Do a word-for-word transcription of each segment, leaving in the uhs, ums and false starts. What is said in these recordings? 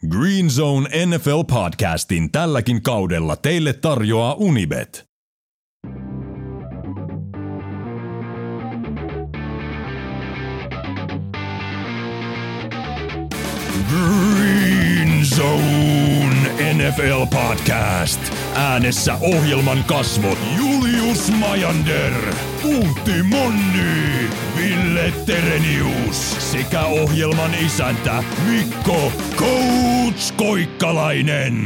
Green Zone N F L-podcastin tälläkin kaudella teille tarjoaa Unibet. Green Zone N F L-podcast. Äänessä ohjelman kasvot Julius Majander, Puutti Monni, Ville Terenius sekä ohjelman isäntä Mikko Coach Koikkalainen.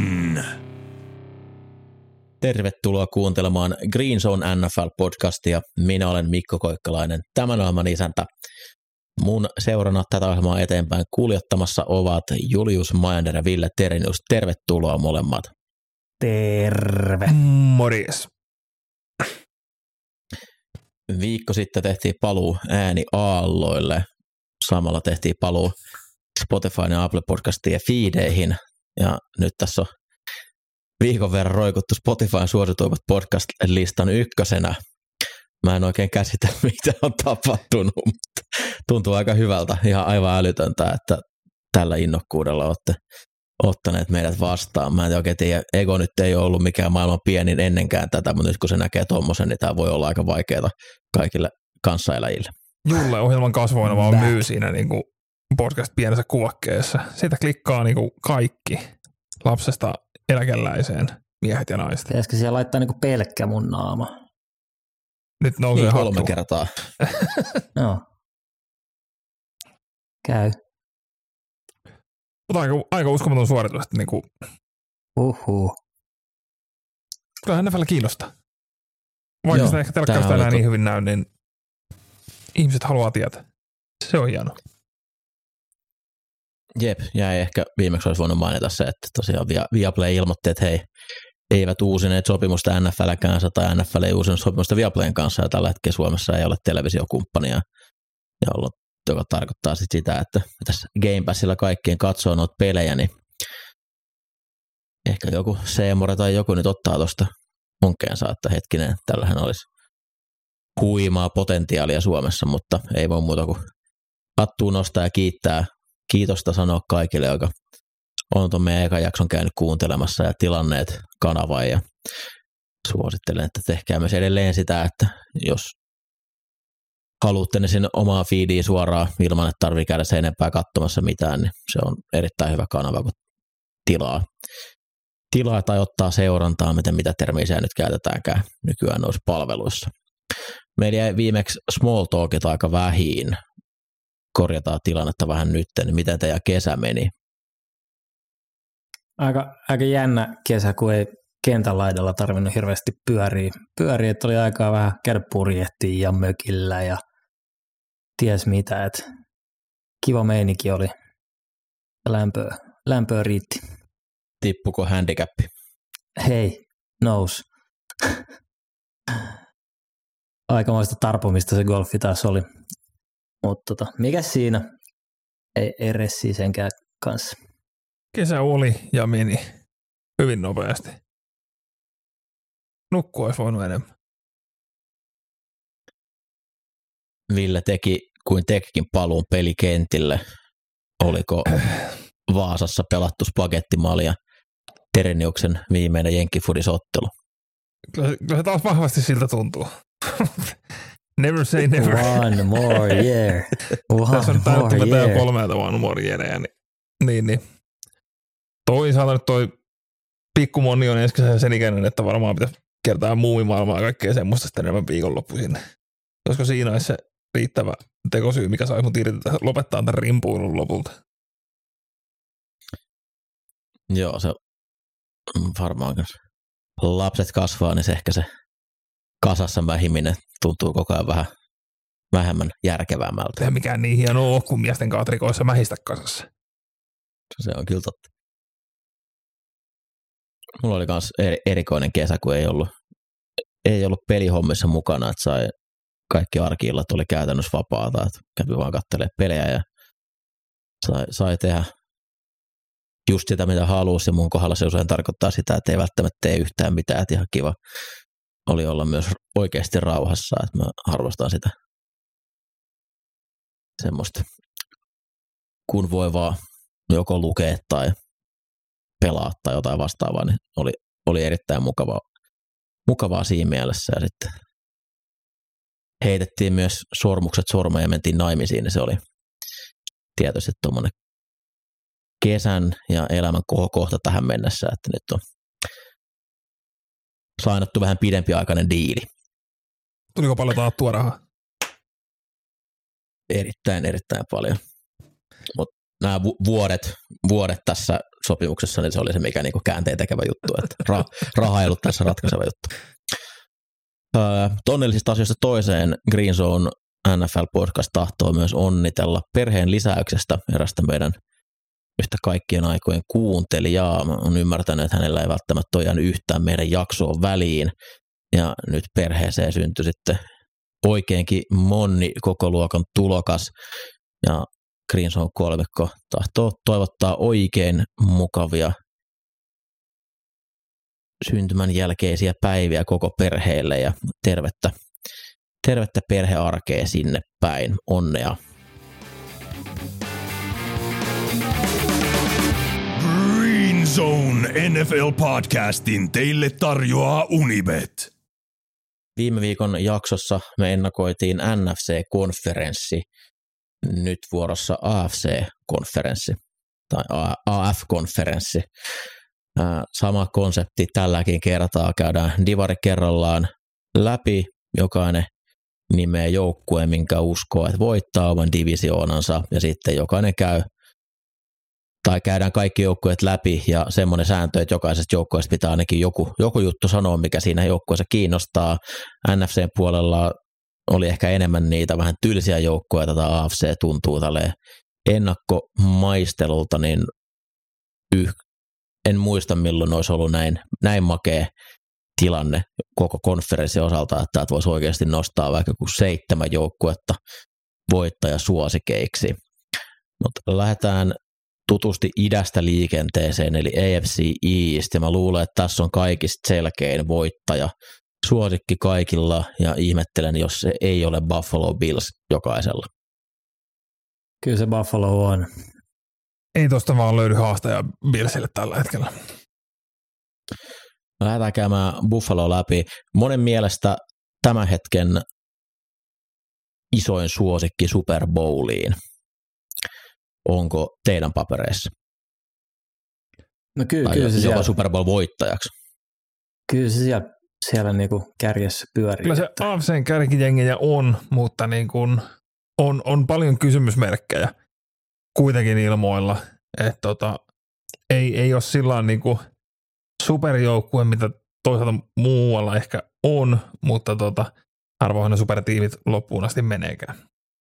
Tervetuloa kuuntelemaan Green Zone N F L-podcastia. Minä olen Mikko Koikkalainen, tämän ohjelman isäntä. Mun seurana tätä ohjelmaa eteenpäin kuljettamassa ovat Julius Majander ja Ville Terenius. Tervetuloa molemmat. Terve. Morjes. Viikko sitten tehtiin paluu ääni aalloille. Samalla tehtiin paluu Spotify ja Apple Podcastien feedeihin. Ja nyt tässä on viikon verran roikuttu Spotifyn suosituimmat podcast-listan ykkösenä. Mä en oikein käsitä, mitä on tapahtunut, mutta tuntuu aika hyvältä, ihan aivan älytöntä, että tällä innokkuudella olette ottaneet meidät vastaan. Mä en oikein tiedä, Ego nyt ei ole ollut mikään maailman pienin ennenkään tätä, mutta nyt kun se näkee tommosen, niin tämä voi olla aika vaikeaa kaikille kanssaeläjille. Julle ohjelman kasvoina vaan myy siinä niin kuin podcast pienessä kuvakkeessa. Siitä klikkaa niin kuin kaikki lapsesta eläkeläiseen, miehet ja naiset. Pitäisikö siellä laittaa niin kuin pelkkä mun naama? Nyt nousee niin, hattu. kolme kertaa. Joo. Käy. Mutta aika, aika uskomaton suoritus, että niinku, Uhuh. kyllähän N F L kiinnostaa. Vaikka Joo, sitä ehkä telkkarista enää niin hyvin näy, niin ihmiset haluaa tietää. Se on hienoa. Jep, jäi ehkä viimeksi olisi voinut mainita se, että tosiaan Viaplay ilmoitti, että hei, eivät uusineet sopimusta N F L kanssa tai N F L ei uusinut sopimusta Viaplayn kanssa ja tällä hetkellä Suomessa ei ole televisiokumppania, ja ollut, joka tarkoittaa sit sitä, että tässä Game Passilla kaikkien katsoo noita pelejä, niin ehkä joku Seemore tai joku nyt ottaa tuosta onkeensa, että hetkinen, tällähän olisi huimaa potentiaalia Suomessa, mutta ei voi muuta kuin hattuun nostaa ja kiittää, kiitosta sanoa kaikille, joka on tuon meidän ekan jakson käynyt kuuntelemassa ja tilanneet kanavan ja suosittelen, että tehkää myös edelleen sitä, että jos haluatte ne sinne omaa feediin suoraan ilman, että tarvii käydä sen enempää katsomassa mitään, niin se on erittäin hyvä kanava, kun tilaa, tilaa tai ottaa seurantaa, miten mitä termiä nyt käytetäänkään nykyään noissa palveluissa. Meillä jäi viimeksi small talkit aika vähiin. Korjataan tilannetta vähän nyt, niin miten teidän kesä meni? Aika, aika jännä kesä, kun ei kentän laidalla tarvinnut hirveästi pyöriä. Pyöriä, että oli aikaa vähän käydä purjehtiin ja mökillä ja ties mitä. Et kiva meininki oli. Lämpöä, lämpöä riitti. Tippuko handicappi? Hei, nous. Aikamoista tarpomista se golfi taas oli. Mutta tota, mikä siinä? Ei, ei ressiä senkään kanssa. Kesä oli ja meni hyvin nopeasti. Nukkua olisi voinut enemmän. Ville teki kuin tekikin paluun pelikentille. Oliko Vaasassa pelattu spagettimaali ja Tereniuksen viimeinen jenkifudisottelu? Kyllä, kyllä se taas vahvasti siltä tuntuu. Never say never. One more year. One Tässä on more tainnut year. jo kolmeelta one more yearejä. Niin, niin, niin. Toisaalta nyt toi pikkumonni on ensin sen ikäinen, että varmaan pitäisi kertaa muumimaailmaa ja kaikkea semmoista sitten enemmän viikonloppuisin. Koska siinä olisi se riittävä tekosyy, mikä saisi mut irti lopettaa tämän rimpuilun lopulta. Joo, se varmaan kun lapset kasvaa, niin se ehkä se kasassa vähiminen tuntuu koko ajan vähän vähemmän järkevämmältä. Eihän mikään niin hieno ole, kun miesten kaatrikoissa mähistä kasassa. Se on kyllä totta. Mulla oli myös erikoinen kesä, kun ei ollut, ei ollut pelihommissa mukana, että sai kaikki arki-illat oli käytännössä vapaata, että kävi vaan katselemaan pelejä ja sai, sai tehdä just sitä, mitä halusi, ja mun kohdalla se usein tarkoittaa sitä, että ei välttämättä tee yhtään mitään, että ihan kiva oli olla myös oikeasti rauhassa, että mä arvostan sitä semmoista, kun voi vaan joko lukea tai pelaa tai jotain vastaavaa, niin oli, oli erittäin mukavaa, mukavaa siinä mielessä. Ja sitten heitettiin myös sormukset sormeen ja mentiin naimisiin, niin se oli tietysti tuommoinen kesän ja elämän kohokohta tähän mennessä, että nyt on sainattu vähän pidempiaikainen diili. Tuliko paljon taattua rahaa? Erittäin, erittäin paljon. Mutta nämä vuodet, vuodet tässä sopimuksessa, niin se oli se, mikä niinku käänteen tekevä juttu, että ra- raha ei ollut tässä ratkaiseva juttu. Öö, onnellisista asioista toiseen Green Zone N F L-podcast tahtoo myös onnitella perheen lisäyksestä erästä meidän yhtä kaikkien aikojen kuuntelijaa. Mä oon ymmärtänyt, että hänellä ei välttämättä ole jäänyt yhtään meidän jaksoon väliin. Ja nyt perheeseen syntyi sitten oikeinkin monni koko luokan tulokas. Ja Green Zone kolmikko tahtoo toivottaa oikein mukavia syntymän jälkeisiä päiviä koko perheelle ja tervettä, tervettä perhearkea sinne päin. Onnea. Green Zone N F L-podcastin teille tarjoaa Unibet. Viime viikon jaksossa me ennakoitiin N F C-konferenssi, nyt vuorossa A F C-konferenssi tai A F-konferenssi. Sama konsepti tälläkin kertaa, käydään divari kerrallaan läpi, jokainen nimeä joukkueen, minkä uskoo, että voittaa oman divisioonansa, ja sitten jokainen käy, tai käydään kaikki joukkueet läpi, ja semmoinen sääntö, että jokaisesta joukkueesta pitää ainakin joku, joku juttu sanoa, mikä siinä joukkueessa kiinnostaa. N F C:n puolella oli ehkä enemmän niitä vähän tylsiä joukkueita, tai A F C tuntuu tälleen ennakkomaistelulta, niin yh, en muista milloin olisi ollut näin, näin makea tilanne koko konferenssin osalta, että täältä voisi oikeasti nostaa vaikka kuin seitsemän joukkuetta voittajasuosikeiksi. Mutta lähdetään tutusti idästä liikenteeseen, eli A F C East, ja mä luulen, että tässä on kaikista selkein voittaja suosikki kaikilla, ja ihmettelen, jos se ei ole Buffalo Bills jokaisella. Kyllä se Buffalo on. Ei tosta vaan löydy haastaja Billsille tällä hetkellä. Lähdetään käymään Buffalo läpi. Monen mielestä tämän hetken isoin suosikki Super Bowliin. Onko teidän papereissa? No kyllä, tai kyllä se jopa siellä, Super Bowl voittajaksi. Kyllä se siellä, siellä niinku kärjessä pyörii. Kyllä se A F C:n kärkijengejä on, mutta niin kuin on, on paljon kysymysmerkkejä kuitenkin ilmoilla, että tota, ei, ei ole sillä niin kuin superjoukkue, mitä toisaalta muualla ehkä on, mutta tota, harvoin ne supertiimit loppuun asti meneekään.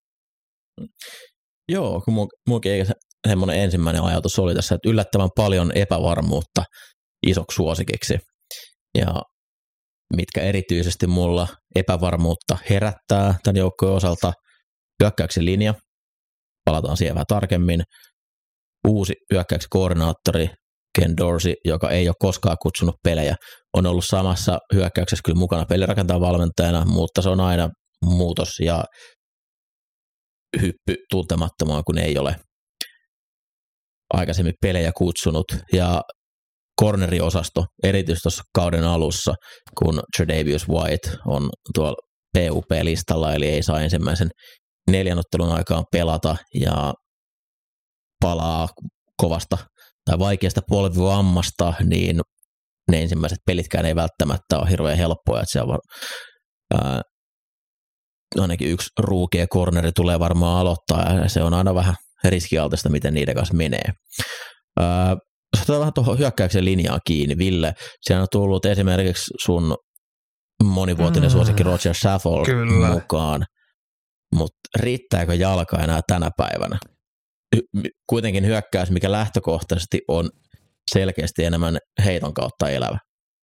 Joo, kun minullakin semmoinen ensimmäinen ajatus oli tässä, että yllättävän paljon epävarmuutta isoksi suosikiksi. Ja mitkä erityisesti mulla epävarmuutta herättää tämän joukkojen osalta, hyökkäyksen linja, palataan siihen vähän tarkemmin, uusi hyökkäyksen koordinaattori Ken Dorsey, joka ei ole koskaan kutsunut pelejä, on ollut samassa hyökkäyksessä kyllä mukana pelirakentajan valmentajana, mutta se on aina muutos ja hyppy tuntemattomaan, kun ei ole aikaisemmin pelejä kutsunut. Ja corneriosasto, erityisesti tuossa kauden alussa, kun Tre'Davious White on tuolla P U P-listalla, eli ei saa ensimmäisen neljän ottelun aikaan pelata ja palaa kovasta tai vaikeasta polvivammasta, niin ne ensimmäiset pelitkään ei välttämättä ole hirveän helppoja, että siellä ää, ainakin yksi ruukia corneri tulee varmaan aloittaa, ja se on aina vähän riskialtista, miten niiden kanssa menee. Ää, otetaan vähän tuohon hyökkäyksen linjaa kiinni, Ville. Siellä on tullut esimerkiksi sun monivuotinen mm, suosikki Roger Saffold kyllä mukaan, mutta riittääkö jalka enää tänä päivänä? Kuitenkin hyökkäys, mikä lähtökohtaisesti on selkeästi enemmän heiton kautta elävä.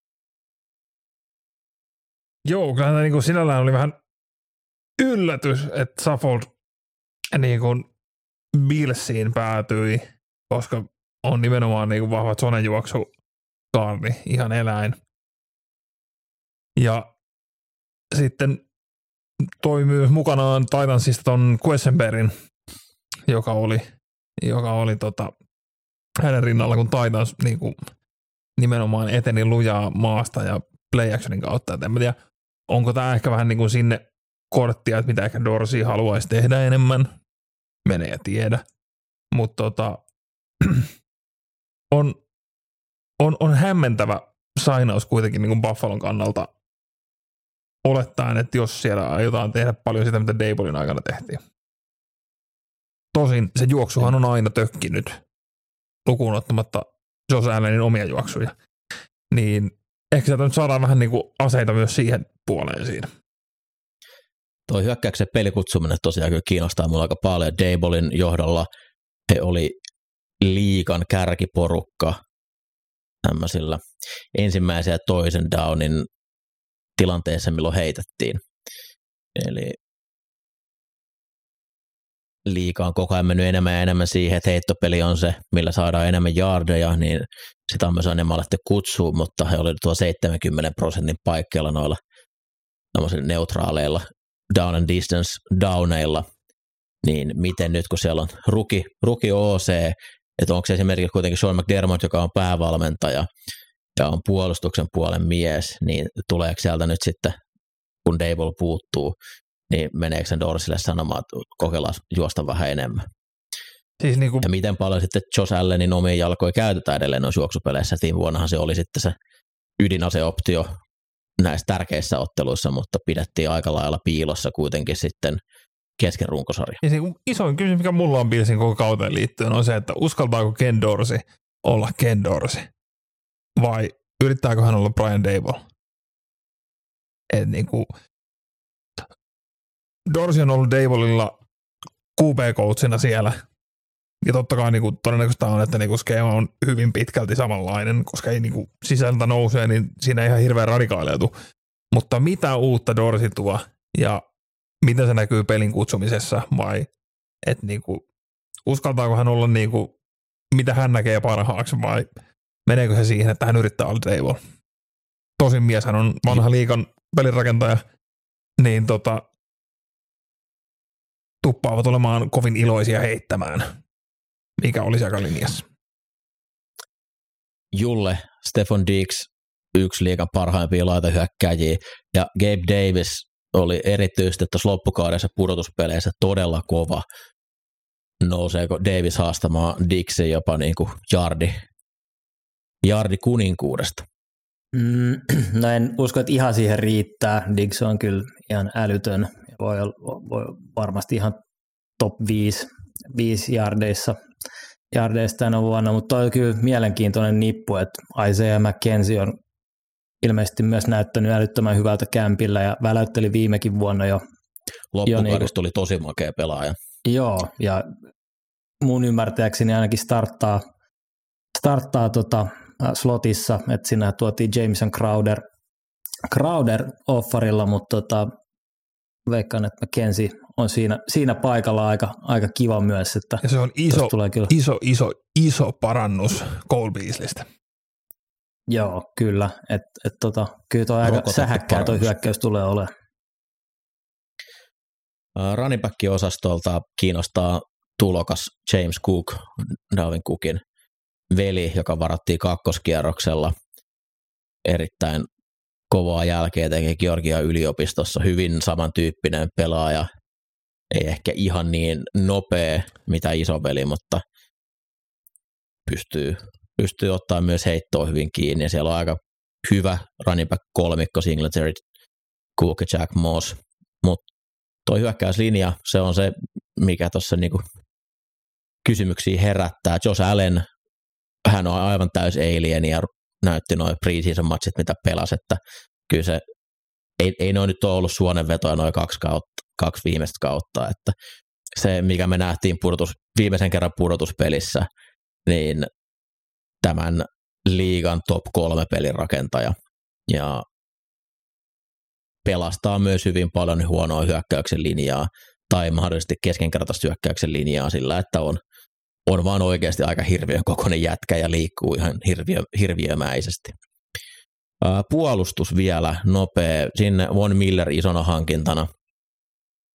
Joo, kyllä tämä niin sinällään oli vähän yllätys, että Saffold niin kuin Billsiin päätyi, koska on nimenomaan niin kuin vahva zonejuoksukaardi, ihan eläin. Ja sitten toi myös mukanaan Titansista ton Quessenbergin, joka oli, joka oli tota hänen rinnalla, kun Titans niin kuin, nimenomaan eteni lujaa maasta ja play actionin kautta. Et en mä tiedä, onko tämä ehkä vähän niin kuin sinne korttia, että mitä ehkä Dorsey haluaisi tehdä enemmän. Mene ja tiedä. Mutta tota, on, on, on hämmentävä sainaus kuitenkin niin kuin Buffalon kannalta olettaen, että jos siellä aiotaan tehdä paljon sitä, mitä Dabolin aikana tehtiin. Tosin se juoksuhan on aina tökkinyt, lukuun ottamatta Josh Allenin omia juoksuja. Niin ehkä sieltä nyt saadaan vähän niin kuin aseita myös siihen puoleen siinä. Tuo hyökkäyksen pelikutsuminen tosiaan kyllä kiinnostaa mulla aika paljon. Dabolin johdolla he oli liigan kärkiporukka tämmöisillä ensimmäisen ja toisen downin tilanteessa, milloin heitettiin. Eli liiga on koko ajan mennyt enemmän ja enemmän siihen, että heittopeli on se, millä saadaan enemmän yardeja, niin sitä on myös enemmän alettu kutsua, mutta he olivat tuo seitsemänkymmentä prosentin paikkeilla noilla neutraaleilla down and distance downeilla, niin miten nyt, kun siellä on rookie, rookie O C, että onko se esimerkiksi kuitenkin Sean McDermott, joka on päävalmentaja ja on puolustuksen puolen mies, niin tuleeko sieltä nyt sitten, kun Dable puuttuu, niin meneekö sen Dorseylle sanomaan, että kokeillaan juosta vähän enemmän. Siis niin kuin... Ja miten paljon sitten Josh Allenin omia jalkoja käytetään edelleen noissa juoksupeleissä. Viime vuonnahan se oli sitten se ydinaseoptio näissä tärkeissä otteluissa, mutta pidettiin aika lailla piilossa kuitenkin sitten kesken runkosarja. Ja niin isoin kysymys, mikä mulla on Billsin koko kauteen liittyen, on se, että uskaltaako Ken Dorsey olla Ken Dorsey vai yrittääkö hän olla Brian Daboll? Et niin kuin Dorsey on ollut Dabollilla Q B-coachina siellä, ja totta kai niin kuin todennäköistä on, että niin kuin skeema on hyvin pitkälti samanlainen, koska ei niin kuin sisältä nousee, niin siinä ei ihan hirveän radikaaleutu. Mutta mitä uutta Dorsey tuo, ja miten se näkyy pelin kutsumisessa, vai että niin kuin, uskaltaako hän olla, niin kuin, mitä hän näkee parhaaksi, vai meneekö se siihen, että hän yrittää olla Daboll? Tosin mies hän on vanha liigan pelirakentaja, niin tota, tuppaavat olemaan kovin iloisia heittämään, mikä olisi aika linjassa. Julle, Stefon Diggs, yksi liigan parhaimpia laitahyökkääjiä, ja Gabe Davis oli erityisesti tuossa loppukaudessa pudotuspeleissä todella kova. Nouseeko Davis haastamaan Diggsin jopa niin kuin jardi, jardi kuninkuudesta? Mm, no en usko, että ihan siihen riittää. Diggs on kyllä ihan älytön. Voi, voi varmasti ihan top viisi, viisi jardeissa, jardeissa tänä vuonna, mutta toi on kyllä mielenkiintoinen nippu, että Isaiah McKenzie on ilmeisesti myös näyttänyt älyttömän hyvältä kämpillä ja väläytteli viimekin vuonna jo. Loppukaudesta niin, tuli tosi makea pelaaja. Joo, ja mun ymmärtääkseni ainakin starttaa, starttaa tota slotissa, että siinä tuotiin Jameson Crowder, Crowder offarilla, mutta tota, veikkaan, että McKenzie on siinä, siinä paikalla aika, aika kiva myös. Että ja se on iso, iso, iso, iso parannus Cole Beasleystä. Joo, kyllä. Et, et tota, kyllä tuo aika sähäkkää tuo hyökkäys tulee olemaan. Running-back-osastolta kiinnostaa tulokas James Cook, Dalvin Cookin veli, joka varattiin kakkoskierroksella. Erittäin kovaa jälkeä teki Georgian yliopistossa. Hyvin samantyyppinen pelaaja. Ei ehkä ihan niin nopea mitä isoveli, mutta pystyy, pystyy ottaa myös heittoa hyvin kiinni. Ja siellä on aika hyvä running back kolmikko, Singletary, Cook ja Jack Moss. Mutta tuo hyökkäyslinja, se on se, mikä tuossa niinku kysymyksiä herättää. Josh Allen, hän on aivan täys alien ja näytti noin preseason matchit, mitä pelasi, että kyllä se, ei, ei noin nyt ole ollut suonenvetoja noin kaksi, kautta, kaksi viimeistä kautta, että se, mikä me nähtiin pudotus, viimeisen kerran pudotuspelissä, niin tämän liigan top kolme pelin rakentaja, ja pelastaa myös hyvin paljon huonoa hyökkäyksen linjaa, tai mahdollisesti keskenkertaista hyökkäyksen linjaa sillä, että on, on vaan oikeasti aika hirviön kokoinen jätkä ja liikkuu ihan hirviö, hirviömäisesti. Ää, puolustus vielä nopea, sinne Von Miller isona hankintana.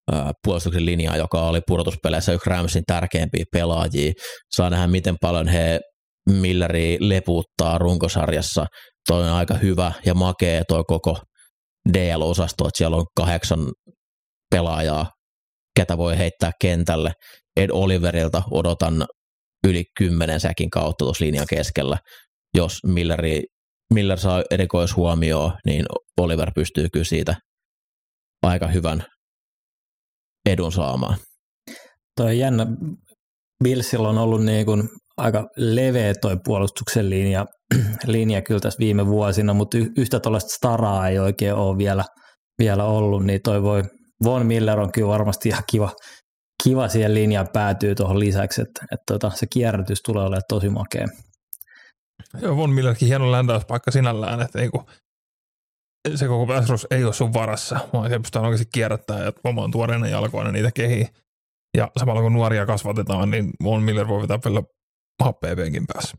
puolustuksen linjaa, joka oli pudotuspeleissä yksi Ramsin tärkeimpiä pelaajia. Saa nähdä, miten paljon he Milleri lepuuttaa runkosarjassa. Toi on aika hyvä ja makea toi koko D L-osasto, että siellä on kahdeksan pelaajaa, ketä voi heittää kentälle. Ed Oliverilta odotan yli kymmenen säkin kautta tuossa linjan keskellä. Jos Milleri, Miller saa erikoishuomioon, niin Oliver pystyy kyllä siitä aika hyvän edun saamaan. Toi jännä. Billsillä on ollut niin kuin aika leveä toi puolustuksen linja, linja kyllä tässä viime vuosina, mutta yhtä tuollaista staraa ei oikein ole vielä, vielä ollut, niin toi voi, Von Miller on kyllä varmasti ihan kiva, kiva siihen linjaan päätyy tuohon lisäksi, että, että tota, se kierrätys tulee olemaan tosi makea. Joo, Von Millerkin hieno läntäyspaikka sinällään, että ei, se koko Väsrus ei ole sun varassa, vaan se pystytään oikeasti kierrättämään ja omaan tuoreena jalkoina niitä kehii. Ja samalla kun nuoria kasvatetaan, niin Von Miller voi vetää vielä happea penkin päässä.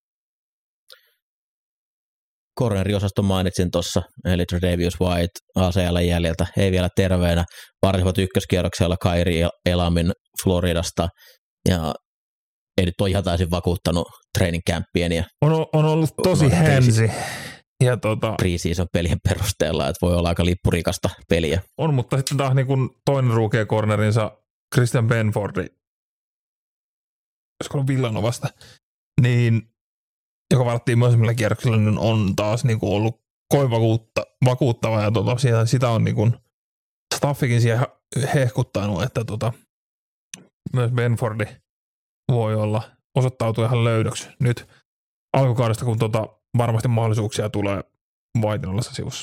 Corneriosaston mainitsin tuossa, eli Tre'Davious White A C L jäljeltä, ei vielä terveenä. Varsivat ykköskierroksella Kyrie Elamin Floridasta, ja ei nyt ole ihan täysin vakuuttanut training campien. Ja on, on ollut tosi hänsi. Ja tota, preseason pelien perusteella, että voi olla aika lippurikasta peliä. On, mutta sitten taas niin kun toinen rookie cornerinsa Christian Benfordi, olisiko ollut Villanovasta, niin joka varattiin myöhemmällä kierroksella, niin on taas niin kuin ollut kovin vakuutta, vakuuttava ja tota, sitä, sitä on niin kuin staffikin siihen hehkuttanut, että tota, myös Benfordi voi olla osoittautua ihan löydöksi nyt alkukaudesta, kun tota, varmasti mahdollisuuksia tulee Whiten ollessa sivussa.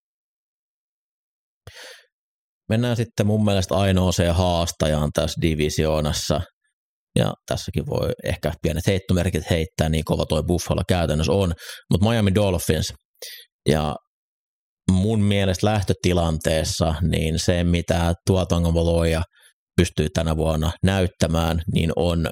Mennään sitten mun mielestä ainoaseen haastajaan tässä divisioonassa, ja tässäkin voi ehkä pienet heittomerkit heittää, niin kova toi Buffalo käytännössä on, mutta Miami Dolphins, ja mun mielestä lähtötilanteessa, niin se mitä Tua Tagovailoa pystyy tänä vuonna näyttämään, niin on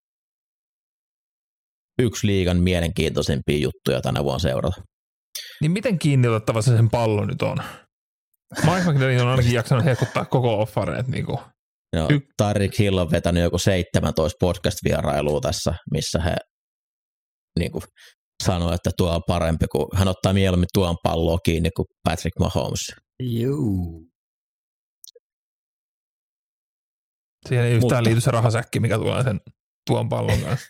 yksi liigan mielenkiintoisimpia juttuja tänä vuonna seurata. Niin miten kiinni otettava se sen pallo nyt on? Mike McDaniel on ainakin jaksanut hehkuttaa koko offareet. Niin no, Tyreek Hill on vetänyt joku seitsemäntoista podcast-vierailua tässä, missä he niin kuin sanoo, että tuo on parempi, kun hän ottaa mieluummin tuon palloa kiinni kuin Patrick Mahomes. Juu. Siihen ei yhtään Mutta liity se rahasäkki, mikä tulee sen tuon pallon kanssa.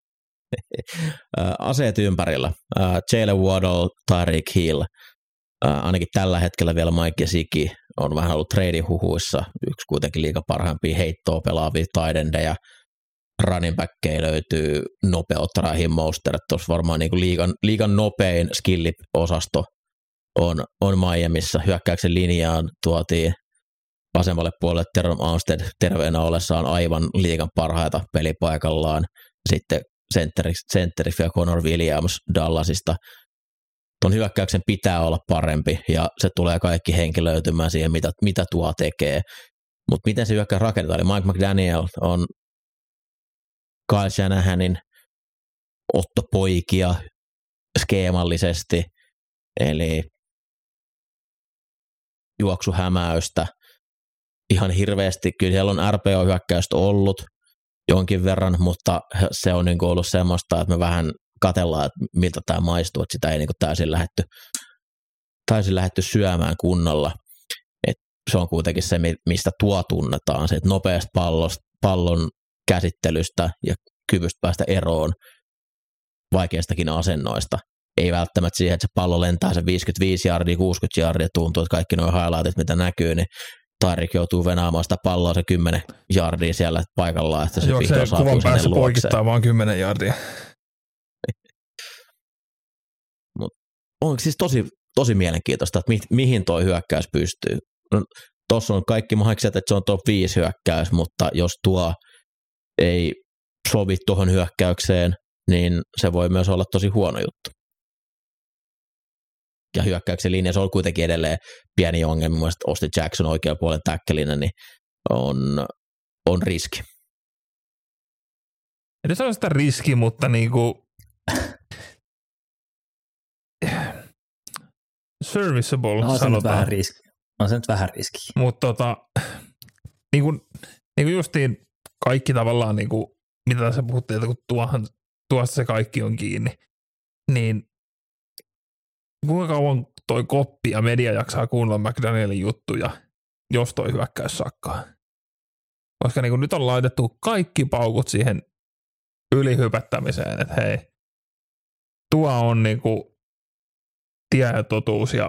Aseet ympärillä. Jalen Waddle, Tyreek Hill. Ainakin tällä hetkellä vielä Mike Gesicki on vähän ollut trade-huhuissa. Yksi kuitenkin liiga parhaimpia heittoa pelaavia tight endeja. Running backkejä löytyy nopeutta, Raheem Mostert. Tuossa varmaan niin kuin liigan, liigan nopein skilliosasto on, on Miamiissa. Hyökkäyksen linjaan tuotiin vasemmalle puolelle Teron Armstead terveenä ollessaan aivan liigan parhaita pelipaikallaan. Sitten sentteriksi ja Connor Williams Dallasista. Tuon hyökkäyksen pitää olla parempi ja se tulee kaikki henkilöitymään siihen, mitä, mitä tuo tekee. Mutta miten se hyökkäys rakennetaan? Eli Mike McDaniel on Kyle Shanahanin ottopoikia skeemallisesti, eli juoksuhämäystä ihan hirveästi. Kyllä siellä on R P O-hyökkäystä ollut jonkin verran, mutta se on niin kuin ollut semmoista, että me vähän katsellaan, että miltä tämä maistuu, että sitä ei niin kuin täysin lähdetty, täysin lähdetty syömään kunnolla. Et se on kuitenkin se, mistä tuo tunnetaan, se, että nopeasta pallosta, pallon käsittelystä ja kyvystä päästä eroon vaikeistakin asennoista. Ei välttämättä siihen, että se pallo lentää se viisikymmentäviisi jardia, kuusikymmentä jardia, tuntuu, että kaikki nuo highlightit, mitä näkyy, niin Tyreek joutuu venaamaan sitä palloa se kymmenen jardia siellä paikallaan, että se joo, vihdoin saapuu sinne luokseen. Kuvan päässä poikittaa vaan kymmenen jardia. Mut on siis tosi, tosi mielenkiintoista, että mi- mihin tuo hyökkäys pystyy. No, tuossa on kaikki mahikset, että se on top viisi hyökkäys, mutta jos tuo ei sovi tuohon hyökkäykseen, niin se voi myös olla tosi huono juttu. Ja hyökkäyksen linjassa on kuitenkin edelleen pieni ongelma. Mielestäni Austin Jackson oikean puolen täkkelinä niin on, on riski. Eli se on sitä riski, mutta niinku serviceable no, on sanotaan. Se vähän riski. On se nyt vähän riski. Mutta tota, niin kuin, niin kuin justiin kaikki tavallaan, niin kuin, mitä tässä puhuttiin, että kun tuohan, tuosta se kaikki on kiinni, niin kuinka kauan toi koppi ja media jaksaa kuunnella McDanielin juttuja, jos toi hyökkäys sakkaa. Koska niin kuin nyt on laitettu kaikki paukut siihen ylihypättämiseen, että hei, tuo on niin kuin tie ja totuus ja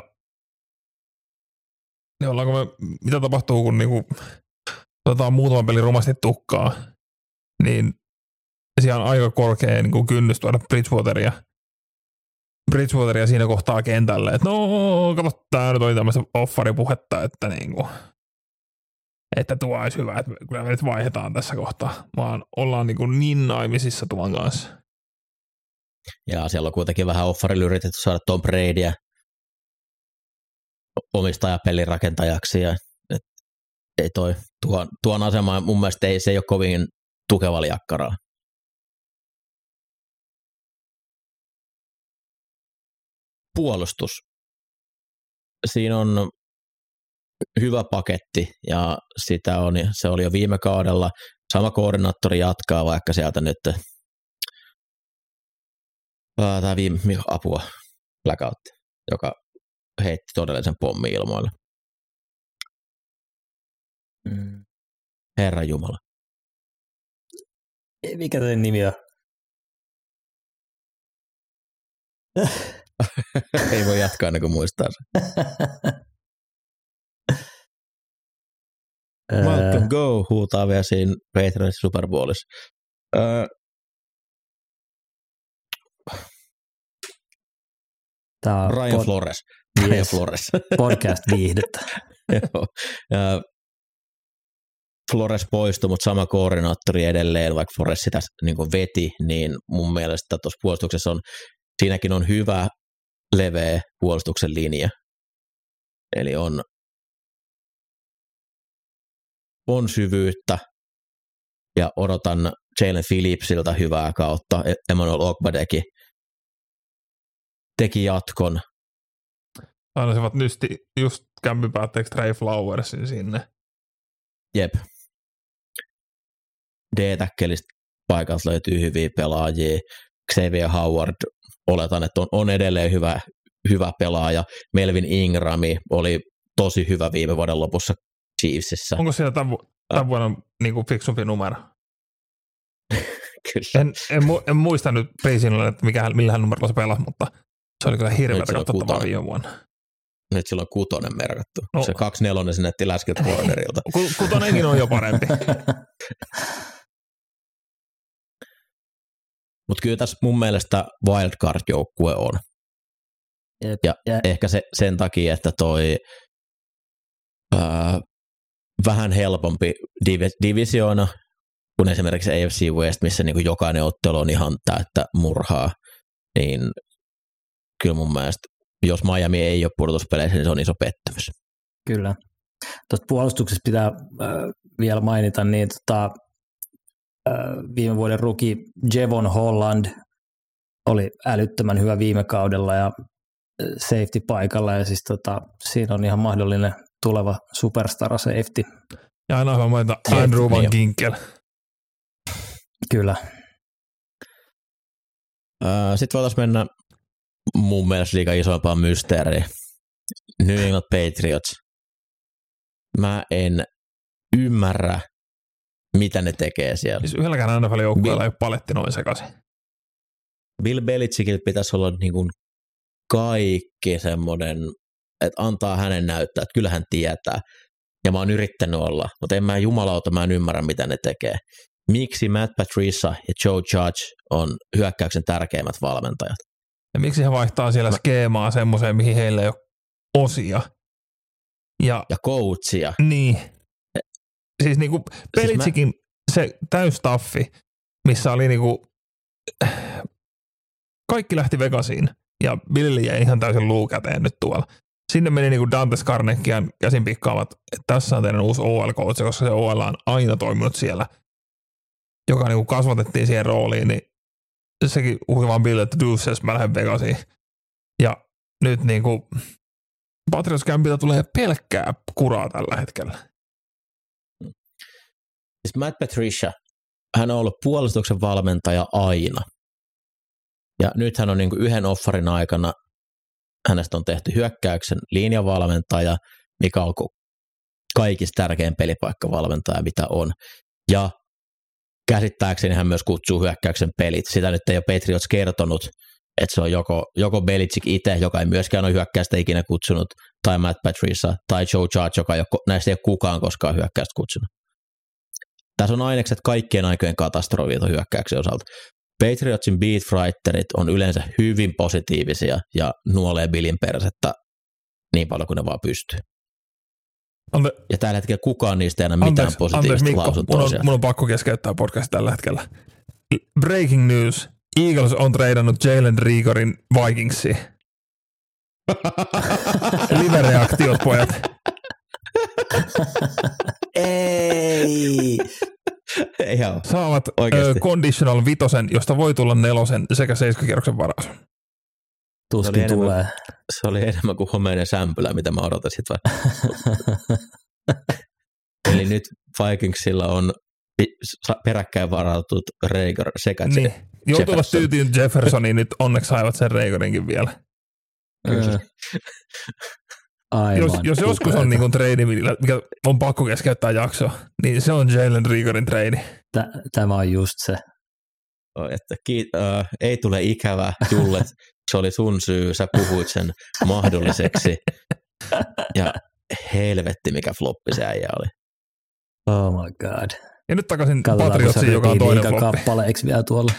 niin ollaanko me, mitä tapahtuu, kun niin kuin otetaan muutama peli rumasti tukkaa, niin siellä on aika korkea niin kuin kynnys tuoda Bridgewateria, Bridgewateria siinä kohtaa kentälle, että no, kato, tää nyt oli tämmöistä offaripuhetta, että niin kuin, että tuo olisi hyvä, että kyllä me nyt vaihdetaan tässä kohtaa, vaan ollaan niin, kuin niin naimisissa tuon kanssa. Ja siellä on kuitenkin vähän offarilla yritetty saada Tom Bradyä omistajapelin rakentajaksi, ja et, ei toi, tuon, tuon asema mun mielestä ei, se ei ole kovin tukeva liakkaraa. Puolustus. Siinä on hyvä paketti ja sitä on, se oli jo viime kaudella. Sama koordinaattori jatkaa, vaikka sieltä nyt tämä viime apua blackout, joka heitti todellisen pommin ilmoille. Mm. Herra Jumala. Mikä teidän nimi on? Ei voi jatkaa ennen kuin muistaa se. Malcolm Go huutaa vielä siinä Patriots Super Bowlissa. Öö. Ryan pod- Flores. Yes. Ryan Flores. Podcast-viihdettä. Flores poistui, mutta sama koordinaattori edelleen, vaikka Flores sitä niin kuin veti, niin mun mielestä tuossa puolustuksessa on, siinäkin on hyvä leveä puolustuksen linja. Eli on on syvyyttä ja odotan Jalen Phillipsiltä hyvää kautta. Emmanuel Ogbadeki teki jatkon. Aina nysti just kämpin päätteeksi Trey Flowersin sinne. Jep. D-täkkelistä paikalta löytyy hyviä pelaajia. Xavier Howard, oletan, että on, on edelleen hyvä, hyvä pelaaja. Melvin Ingrami oli tosi hyvä viime vuoden lopussa Chiefsissä. Onko siellä tämän, vu- tämän vuonna niin kuin fiksumpi numero? Kyllä. En, en, mu- en muista nyt Preisinnille, että mikä, millähän numerolla se pelasi, mutta se oli kyllä hirveätä katsottavaa viime vuonna. Nyt sillä on kutonen merkattu. No. Se kaksi nelonen se näytti läskiltä cornerilta. Kutonenkin on jo parempi. Mutta kyllä tässä mun mielestä wildcard-joukkue on. Jep, ja jep. ehkä se, sen takia, että toi ää, vähän helpompi div- divisioona kuin esimerkiksi A F C West, missä niinku jokainen ottelu on ihan täyttä murhaa, niin kyllä mun mielestä, jos Miami ei ole pudotuspeleissä, niin se on iso pettymys. Kyllä. Tuosta puolustuksesta pitää äh, vielä mainita, niin tota, äh, viime vuoden rookie Jevon Holland oli älyttömän hyvä viime kaudella ja safety paikalla, ja siis tota, siinä on ihan mahdollinen tuleva superstar safety. Ja aina hyvä mainita Andrew Van Ginkel. Kyllä. Sitten voitaisiin mennä mun mielestä liiga isompaan mysteeriin. New England Patriots. Mä en ymmärrä, mitä ne tekee siellä. Siis yhdelläkään N F L-joukkueella ei ole paletti noin sekaisin. Bill Belichickillä pitäisi olla niin kuin kaikki semmoinen, että antaa hänen näyttää, että kyllä hän tietää. Ja mä oon yrittänyt olla, mutta en mä jumalauta, mä en ymmärrä, mitä ne tekee. Miksi Matt Patricia ja Joe Judge on hyökkäyksen tärkeimmät valmentajat? Ja miksi he vaihtaa siellä mä... skeemaa semmoiseen, mihin heillä ei ole osia? Ja, ja coachia. Niin. Siis niinku Belichickin siis mä... se täystaffi, missä oli niinku kaikki lähti Vegasiin ja Billy jäi ihan täysin luu käteen nyt tuolla. Sinne meni niinku Dante Scarneckian käsin pikkaavat, että tässä on teidän uusi O L-coach, koska se O L on aina toiminut siellä, joka niinku kasvatettiin siihen rooliin, niin sekin uhui vaan Billy, että deuces, mä lähden Vegasiin. Ja nyt niinku Patriots Campilta tulee pelkkää kuraa tällä hetkellä. Siis Matt Patricia, hän on ollut puolustuksen valmentaja aina. Ja nyt hän on niin kuin yhden offarin aikana, hänestä on tehty hyökkäyksen linjavalmentaja, mikä on kaikista tärkein pelipaikkavalmentaja, mitä on. Ja käsittääkseni hän myös kutsuu hyökkäyksen pelit. Sitä nyt ei ole Patriots kertonut, että se on joko, joko Belichick itse, joka ei myöskään ole hyökkäystä ikinä kutsunut, tai Matt Patricia, tai Joe Judge, joka ei ole, näistä ei ole kukaan koskaan hyökkäystä kutsunut. Tässä on ainekset kaikkien aikojen katastrofia hyökkäyksen osalta. Patriotsin beatwriterit on yleensä hyvin positiivisia ja nuolee Billin persettä niin paljon kuin ne vaan pystyy. Ante, ja tällä hetkellä kukaan niistä ei enää mitään anteeksi, positiivista anteeksi, Mikko, lausuntoa. Mun on, mun on pakko keskeyttää podcast tällä hetkellä. Breaking news. Eagles on treidannut Jalen Reagorin Vikingsiin. Live-reaktiot, pojat. Ei. Ei ole. Saavat ö, conditional vitosen, josta voi tulla nelosen sekä seiskakierroksen varaus. Tuskin se tulee. Enemmän, se oli enemmän kuin homeinen sämpylä, mitä mä odotan sit vai. Eli nyt Vikingsilla on peräkkäin varautut Reagor sekä niin. Joutuvat tyytiin Jeffersoniin, nyt onneksi saivat sen Reagorinkin vielä. Kyllä. Aivan. Jos, jos joskus on niin treidi, mikä on pakko keskeyttää jaksoa, niin se on Jalen Reagorin treidi. Tämä on just se. Että kiit, äh, ei tule ikävä, Jullet, se oli sun syy, sä puhuit sen mahdolliseksi. Ja helvetti, mikä floppi se äijä oli. Oh my god. Ja nyt takaisin Patriotsiin, joka on toinen floppi. Kappaleeksi vielä tuolla.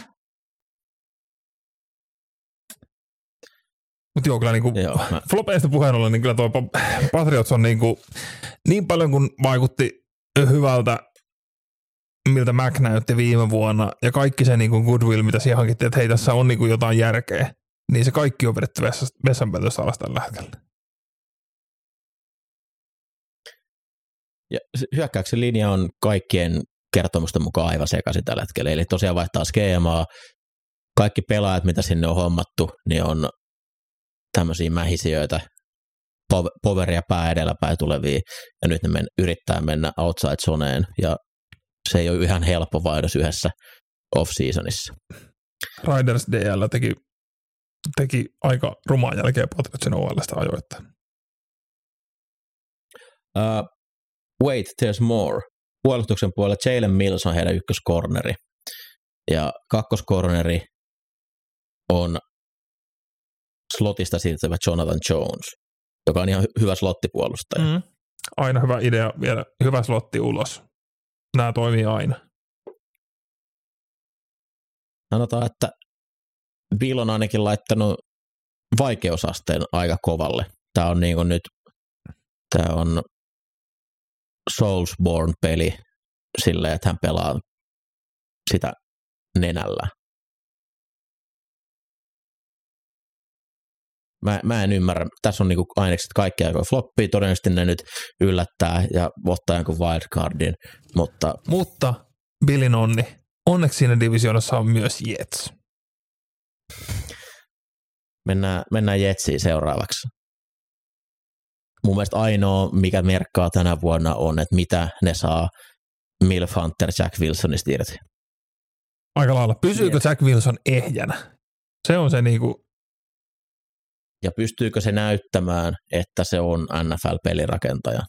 Mutta joo, kyllä niinku, mä... flopeista puheen ollen, niin kyllä tuo Patriots on niinku, niin paljon kuin vaikutti hyvältä, miltä Mac näytti viime vuonna, ja kaikki se niinku goodwill, mitä siihen hankittiin, että hei, tässä on niinku jotain järkeä, niin se kaikki on vedetty vessanpäätöstä alas tällä hetkellä. Ja hyökkäyksen linja on kaikkien kertomusten mukaan aivan sekaisin tällä hetkellä, eli tosiaan vaihtaa skeemaa, kaikki pelaajat, mitä sinne on hommattu, niin on tämmöisiä mähisijöitä, poveria pää edelläpäin tulevia, ja nyt ne men, yrittää mennä outside zoneen, ja se ei ole ihan helppo vaihdos yhdessä off-seasonissa. Riders D L teki, teki aika rumaa jälkeen Patriotsin O L:stä ajoittain. Uh, wait, there's more. Puolustuksen puolella Jalen Mills on heidän ykköskorneri, ja kakkoskorneri on slotista siirtyvä Jonathan Jones, joka on ihan hyvä slottipuolustaja. Mm. Aina hyvä idea viedä hyvä slotti ulos. Nämä toimii aina. Sanotaan, että Bill on ainakin laittanut vaikeusasteen aika kovalle. Tämä on niin kuin nyt, tämä on Soulsborne-peli silleen, että hän pelaa sitä nenällä. Mä, mä en ymmärrä. Tässä on niinku ainekset kaikki aikoja floppia. Todennäköisesti ne nyt yllättää ja ottaa jonkun wildcardin. Mutta, mutta Billin onni. Onneksi siinä divisioonassa on myös Jets. Mennään, mennään Jetsiin seuraavaksi. Mun mielestä ainoa, mikä merkkaa tänä vuonna on, että mitä ne saa Milf Hunter Jack Wilsonista irti. Aika lailla. Pysyykö Jets. Jack Wilson ehjänä? Se on se niinku... Ja pystyykö se näyttämään, että se on N F L-pelirakentaja?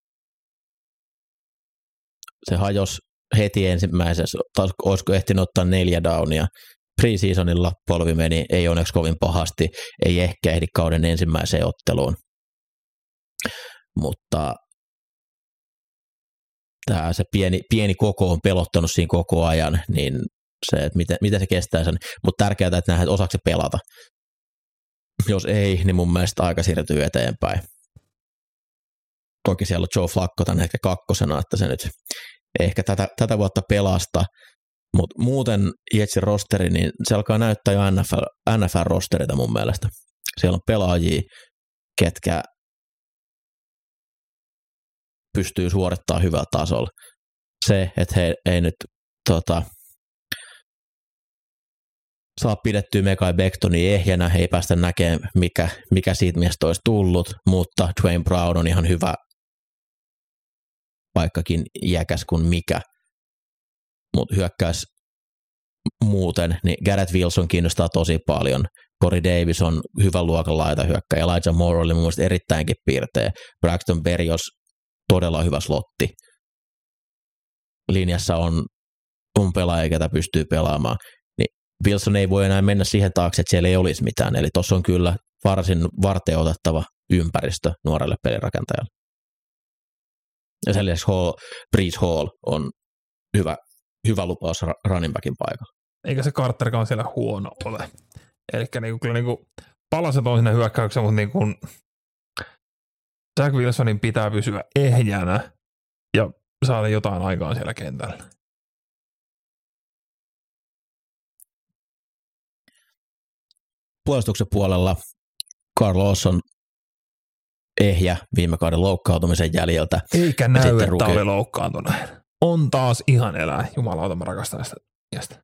Se hajosi heti ensimmäisessä, tai olisiko ehtinyt ottaa neljä downia. Preseasonilla polvi meni, ei onneksi kovin pahasti, ei ehkä ehdi kauden ensimmäiseen otteluun. Mutta tämä se pieni, pieni koko on pelottanut siinä koko ajan, niin se, että miten, miten se kestää sen. Mutta tärkeää, että nähdään, että osaako se pelata. Jos ei, niin mun mielestä aika siirtyy eteenpäin. Toki siellä on Joe Flacco tämän ehkä kakkosena, että se nyt ehkä tätä, tätä vuotta pelasta, mutta muuten Jetsin rosteri, niin se alkaa näyttää jo N F L, N F L-rosterita mun mielestä. Siellä on pelaajia, ketkä pystyy suorittamaan hyvällä tasolla. Se, että he ei nyt tota, saa pidettyä Mekai Bectonia ehjänä, he ei päästä näkemään, mikä, mikä siitä miestä olisi tullut, mutta Dwayne Brown on ihan hyvä, vaikkakin iäkäs kuin mikä. mutta hyökkäys muuten, niin Garrett Wilson kiinnostaa tosi paljon. Corey Davis on hyvän luokan laitahyökkäjä. Elijah Moore oli mun mielestä erittäinkin piirteä. Braxton Berrios todella hyvä slotti. Linjassa on, on pelaaja, ketä pystyy pelaamaan. Niin Wilson ei voi enää mennä siihen taakse, että siellä ei olisi mitään. Eli tuossa on kyllä varsin varteenotettava ympäristö nuorelle pelirakentajalle. Ja sen lisäksi Hall, Breece Hall on hyvä, hyvä lupaus running backin paikalla. Eikä se Carterkaan siellä huono ole. Eli niinku, kyllä niinku palaset on sinne hyökkäykseen, mutta niinku Zach Wilsonin pitää pysyä ehjänä ja saada jotain aikaan siellä kentällä. Puolustuksen puolella Carl Lawson ehjä viime kauden loukkaantumisen jäljiltä. Eikä näy, että ruki... oli loukkaantuneen. On taas ihan elää. Jumalauta, mä rakastan sitä miestä.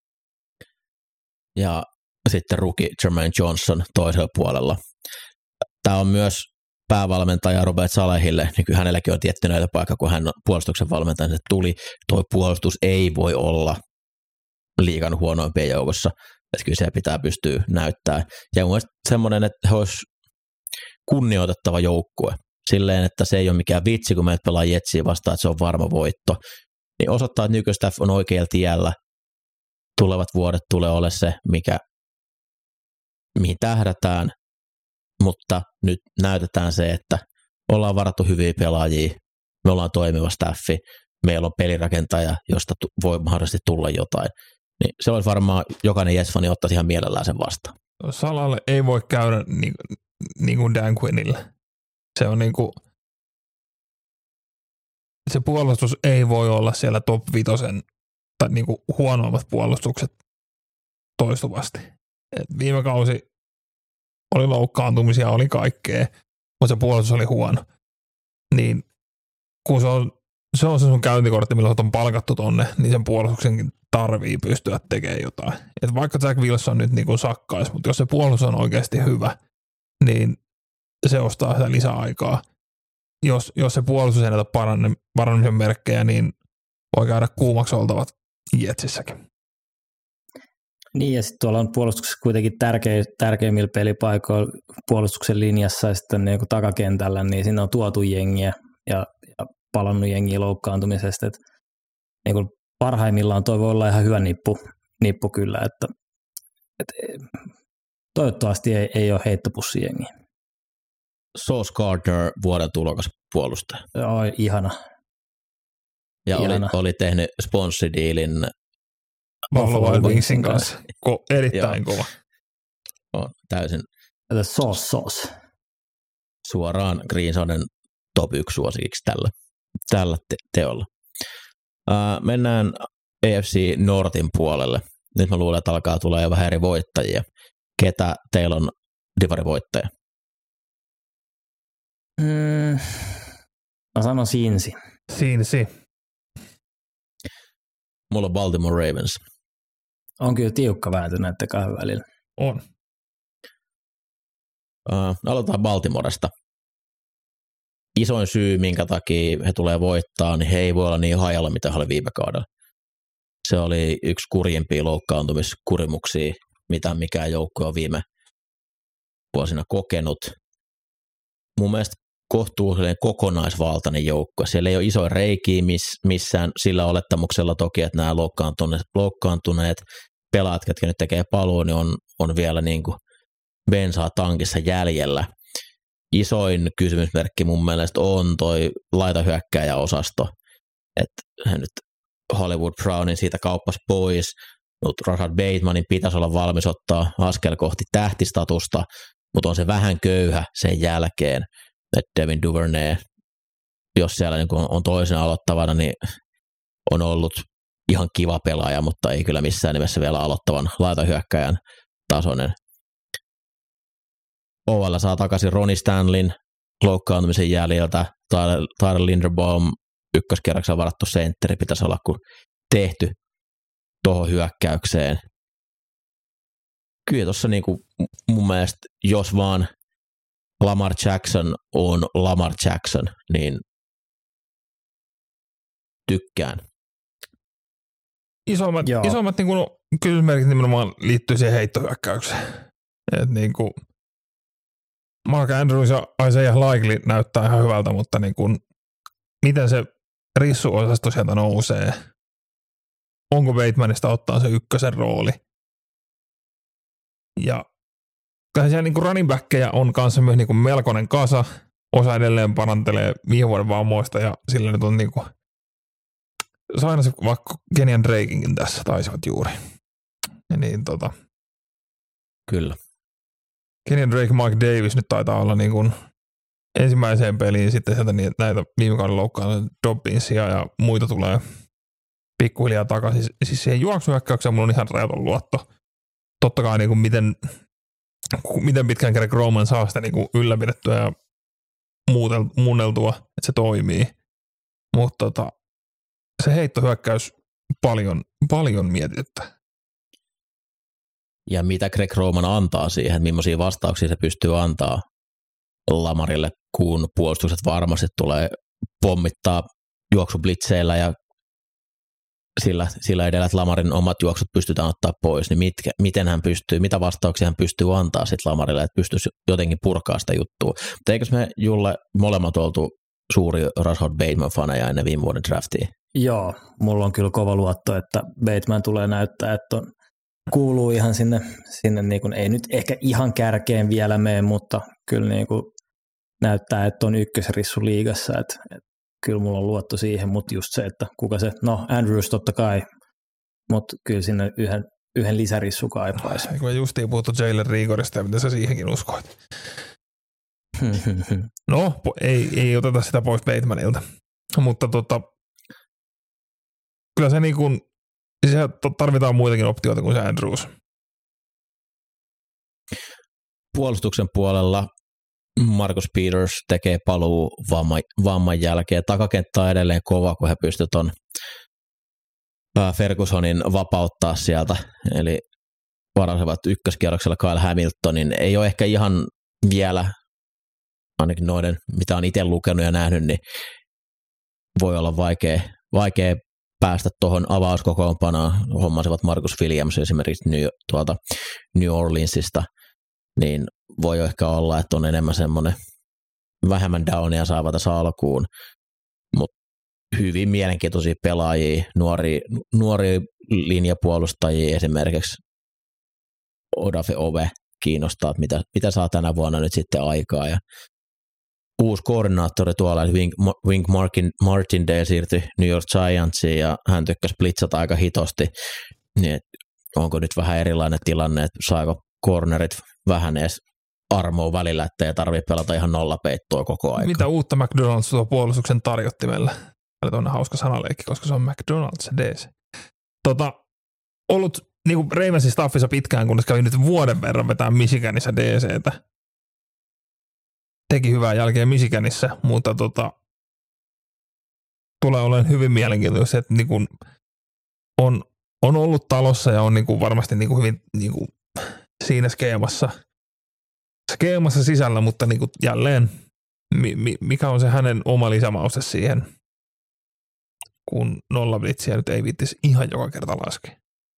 Ja sitten rookie Jermaine Johnson toisella puolella. Tämä on myös päävalmentaja Robert Salehille, niin kyllä hänelläkin on tietty näitä paikka, kun hän puolustuksen valmentaja tuli. Tuo puolustus ei voi olla liigan huonoimpien joukossa. Että kyllä se pitää pystyä näyttämään. Ja mun mielestä semmoinen, että he olisi kunnioitettava joukkue. Silleen, että se ei ole mikään vitsi, kun meidät pelaa Jetsiä vastaan, että se on varma voitto. Niin osoittaa, että nykystaff on oikealla tiellä. Tulevat vuodet tulee ole se, mikä, mihin tähdätään, mutta nyt näytetään se, että ollaan varattu hyviä pelaajia, me ollaan toimiva staffi, meillä on pelirakentaja, josta voi mahdollisesti tulla jotain. Niin se olisi varmaan jokainen Jets-fani ottaisi ihan mielellään sen vastaan. Salalle ei voi käydä niin, niin kuin Dan Quinnille. Se on niin kuin, se puolustus ei voi olla siellä top vitosen tai niin kuin huonoimmat puolustukset toistuvasti. Et viime kausi oli loukkaantumisia, oli kaikkea, mutta se puolustus oli huono. Niin kun se on se, on se sun käyntikortti, millä on palkattu tonne, niin sen puolustuksenkin tarvii pystyä tekemään jotain. Et vaikka Zach Wilson nyt niin kuin sakkaisi, mutta jos se puolustus on oikeasti hyvä, niin se ostaa sitä lisäaikaa. Jos, jos se puolustus ei näitä parannumisen merkkejä, niin voi käydä kuumaksi oltavat Jetsissäkin. Niin, ja sitten tuolla on puolustuksessa kuitenkin tärkeä, tärkeimmillä pelipaikoilla puolustuksen linjassa ja sitten niin takakentällä, niin siinä on tuotu jengiä ja, ja palannut jengiä loukkaantumisesta. Et, niin kuin parhaimmillaan toi voi olla ihan hyvä nippu, nippu kyllä, että et, toivottavasti ei, ei ole heittopussijengiä. Sauce Gardner vuoden tulokas puolustaja. Joo, ihana. Ja oli, oli tehnyt sponssidiilin Buffalo Wild Wingsin kanssa. Ko, erittäin kova. On täysin. Sauce sauce. Suoraan Greensonen top yksi suosikiksi tällä, tällä te- teolla. Uh, mennään A F C Northin puolelle. Nyt mä luulen, että alkaa tulla jo vähän eri voittajia. Ketä teillä on divarivoittaja? Mm, mä sanon Cincy. Cincy. Mulla on Baltimore Ravens. On kyllä tiukka vääntö näiden kahden välillä. On. Uh, aloitetaan Baltimoresta. Isoin syy, minkä takia he tulee voittaa, niin he ei voi olla niin hajalla, mitä he oli viime kaudella. Se oli yksi kurjimpia loukkaantumiskurimuksia, mitä mikään joukko on viime vuosina kokenut. Mun mielestä kohtuullinen kokonaisvaltainen joukko. Siellä ei ole isoja reikiä missään sillä olettamuksella toki, että nämä loukkaantuneet, loukkaantuneet pelaat, jotka nyt tekee paluun, niin on, on vielä niin kuin bensaa tankissa jäljellä. Isoin kysymysmerkki mun mielestä on toi laitahyökkääjäosasto, että nyt Hollywood Brownin siitä kauppasi pois, mutta Rashad Batemanin pitäisi olla valmis ottaa askel kohti tähtistatusta, mutta on se vähän köyhä sen jälkeen, että Devin Duvernay, jos siellä niin on toisena aloittavana, niin on ollut ihan kiva pelaaja, mutta ei kyllä missään nimessä vielä aloittavan laitahyökkääjän tasoinen. O L saa takaisin Ronnie Stanleyn loukkaantumisen jäljiltä. Tyler Linderbaum ykköskerraksella varattu sentteri pitäisi olla kun tehty tuohon hyökkäykseen. Kyllä tuossa niinku mun mielestä, jos vaan Lamar Jackson on Lamar Jackson, niin tykkään. Isommat, isommat niin kuin, kysymysmerkit nimenomaan liittyy siihen heittohyökkäykseen. Et niin kuin Mark Andrews ja Isaiah Likely näyttää ihan hyvältä, mutta niin kuin, miten se rissuosasto sieltä nousee? Onko Batemanista ottaa se ykkösen rooli? Ja kyllä siellä niin kuin running backkejä on kanssa myös niin kuin melkoinen kasa. Osa edelleen parantelee viime vuoden vammoista ja sillä nyt on niin kuin saina se vaikka Kenyan Drakekin tässä taisivat juuri. Ja niin tota. Kyllä. Kenyan Drake, Mike Davis nyt taitaa olla niin kuin ensimmäiseen peliin sitten sieltä niitä, näitä viime kauden loukkaan Dobbinsia ja muita tulee pikkuhiljaa takaisin. Siis siihen juoksuhyökkäykseen mulla on ihan rajaton luotto. Totta kai niin kuin miten, miten pitkään Greg Roman saa sitä niin kuin ylläpidettyä ja muunneltua, että se toimii. Mutta tota, se heittohyökkäys paljon, paljon mietityttä. Ja mitä Greg Roman antaa siihen, että millaisia vastauksia se pystyy antaa Lamarille, kun puolustukset varmasti tulee pommittaa juoksublitseillä ja sillä, sillä edellä, että Lamarin omat juoksut pystytään ottaa pois, niin mitkä, miten hän pystyy, mitä vastauksia hän pystyy antaa sitten Lamarille, että pystyisi jotenkin purkaa sitä juttua. Mutta eikös me Julle molemmat oltu suuri Rashad Bateman-faneja ennen viime vuoden draftia? Joo, mulla on kyllä kova luotto, että Bateman tulee näyttää, että on, kuuluu ihan sinne, sinne niin kuin, ei nyt ehkä ihan kärkeen vielä mene, mutta kyllä niin kuin näyttää, että on ykkösrissu liigassa, että, että kyllä mulla on luotto siihen, mutta just se, että kuka se, no Andrews totta kai, mutta kyllä sinne yhden, yhden lisärissu kaipaisi. Eikö me justiin puhuttu Jalen Rigorista ja mitä sä siihenkin uskoit? No, ei, ei oteta sitä pois Batemanilta, mutta tota, kyllä se niin kuin, se tarvitaan muitakin optioita kuin se Andrews. Puolustuksen puolella Marcus Peters tekee paluu vamman, vamman jälkeen. Takakenttä on edelleen kova, kun he pystyvät ton Fergusonin vapauttaa sieltä. Eli varasevat ykköskierroksella Kyle Hamiltonin. Ei ole ehkä ihan vielä, ainakin noiden, mitä on itse lukenut ja nähnyt, niin voi olla vaikea, vaikea päästä tuohon avauskokoonpanoon. Hommasivat Marcus Williams esimerkiksi New, tuolta New Orleansista, niin voi ehkä olla, että on enemmän semmoinen vähemmän downia saava tässä alkuun, mutta hyvin mielenkiintoisia pelaajia, nuoria, nuoria linjapuolustajia esimerkiksi Odafe Ove kiinnostaa, että mitä, mitä saa tänä vuonna nyt sitten aikaa. Ja uusi koordinaattori tuolla, Wink, Wink Martin, Martindale siirtyi New York Giantsiin ja hän tykkäsi blitzata aika hitosti, niin onko nyt vähän erilainen tilanne, että saako cornerit vähän edes armoa välillä, että ei tarvitse pelata ihan nollapeittoa koko ajan. Mitä uutta McDonald's tuo puolustuksen tarjottimella? Tämä on hauska sanaleikki, koska se on McDonald's ja D C. Tota, ollut niin kuin Ravensin staffissa pitkään, kunnes kävi nyt vuoden verran vetää Michiganissa D C:tä. Teki hyvää jälkeen Michiganissa, mutta tota, tulee olemaan hyvin mielenkiintoista, että niin kuin on, on ollut talossa ja on niin kuin varmasti niin kuin hyvin niin kuin siinä skeemassa, skeemassa sisällä, mutta niin kuin jälleen, mi, mikä on se hänen oma lisämauste siihen, kun nollablitsiä nyt ei viittisi ihan joka kerta laskea.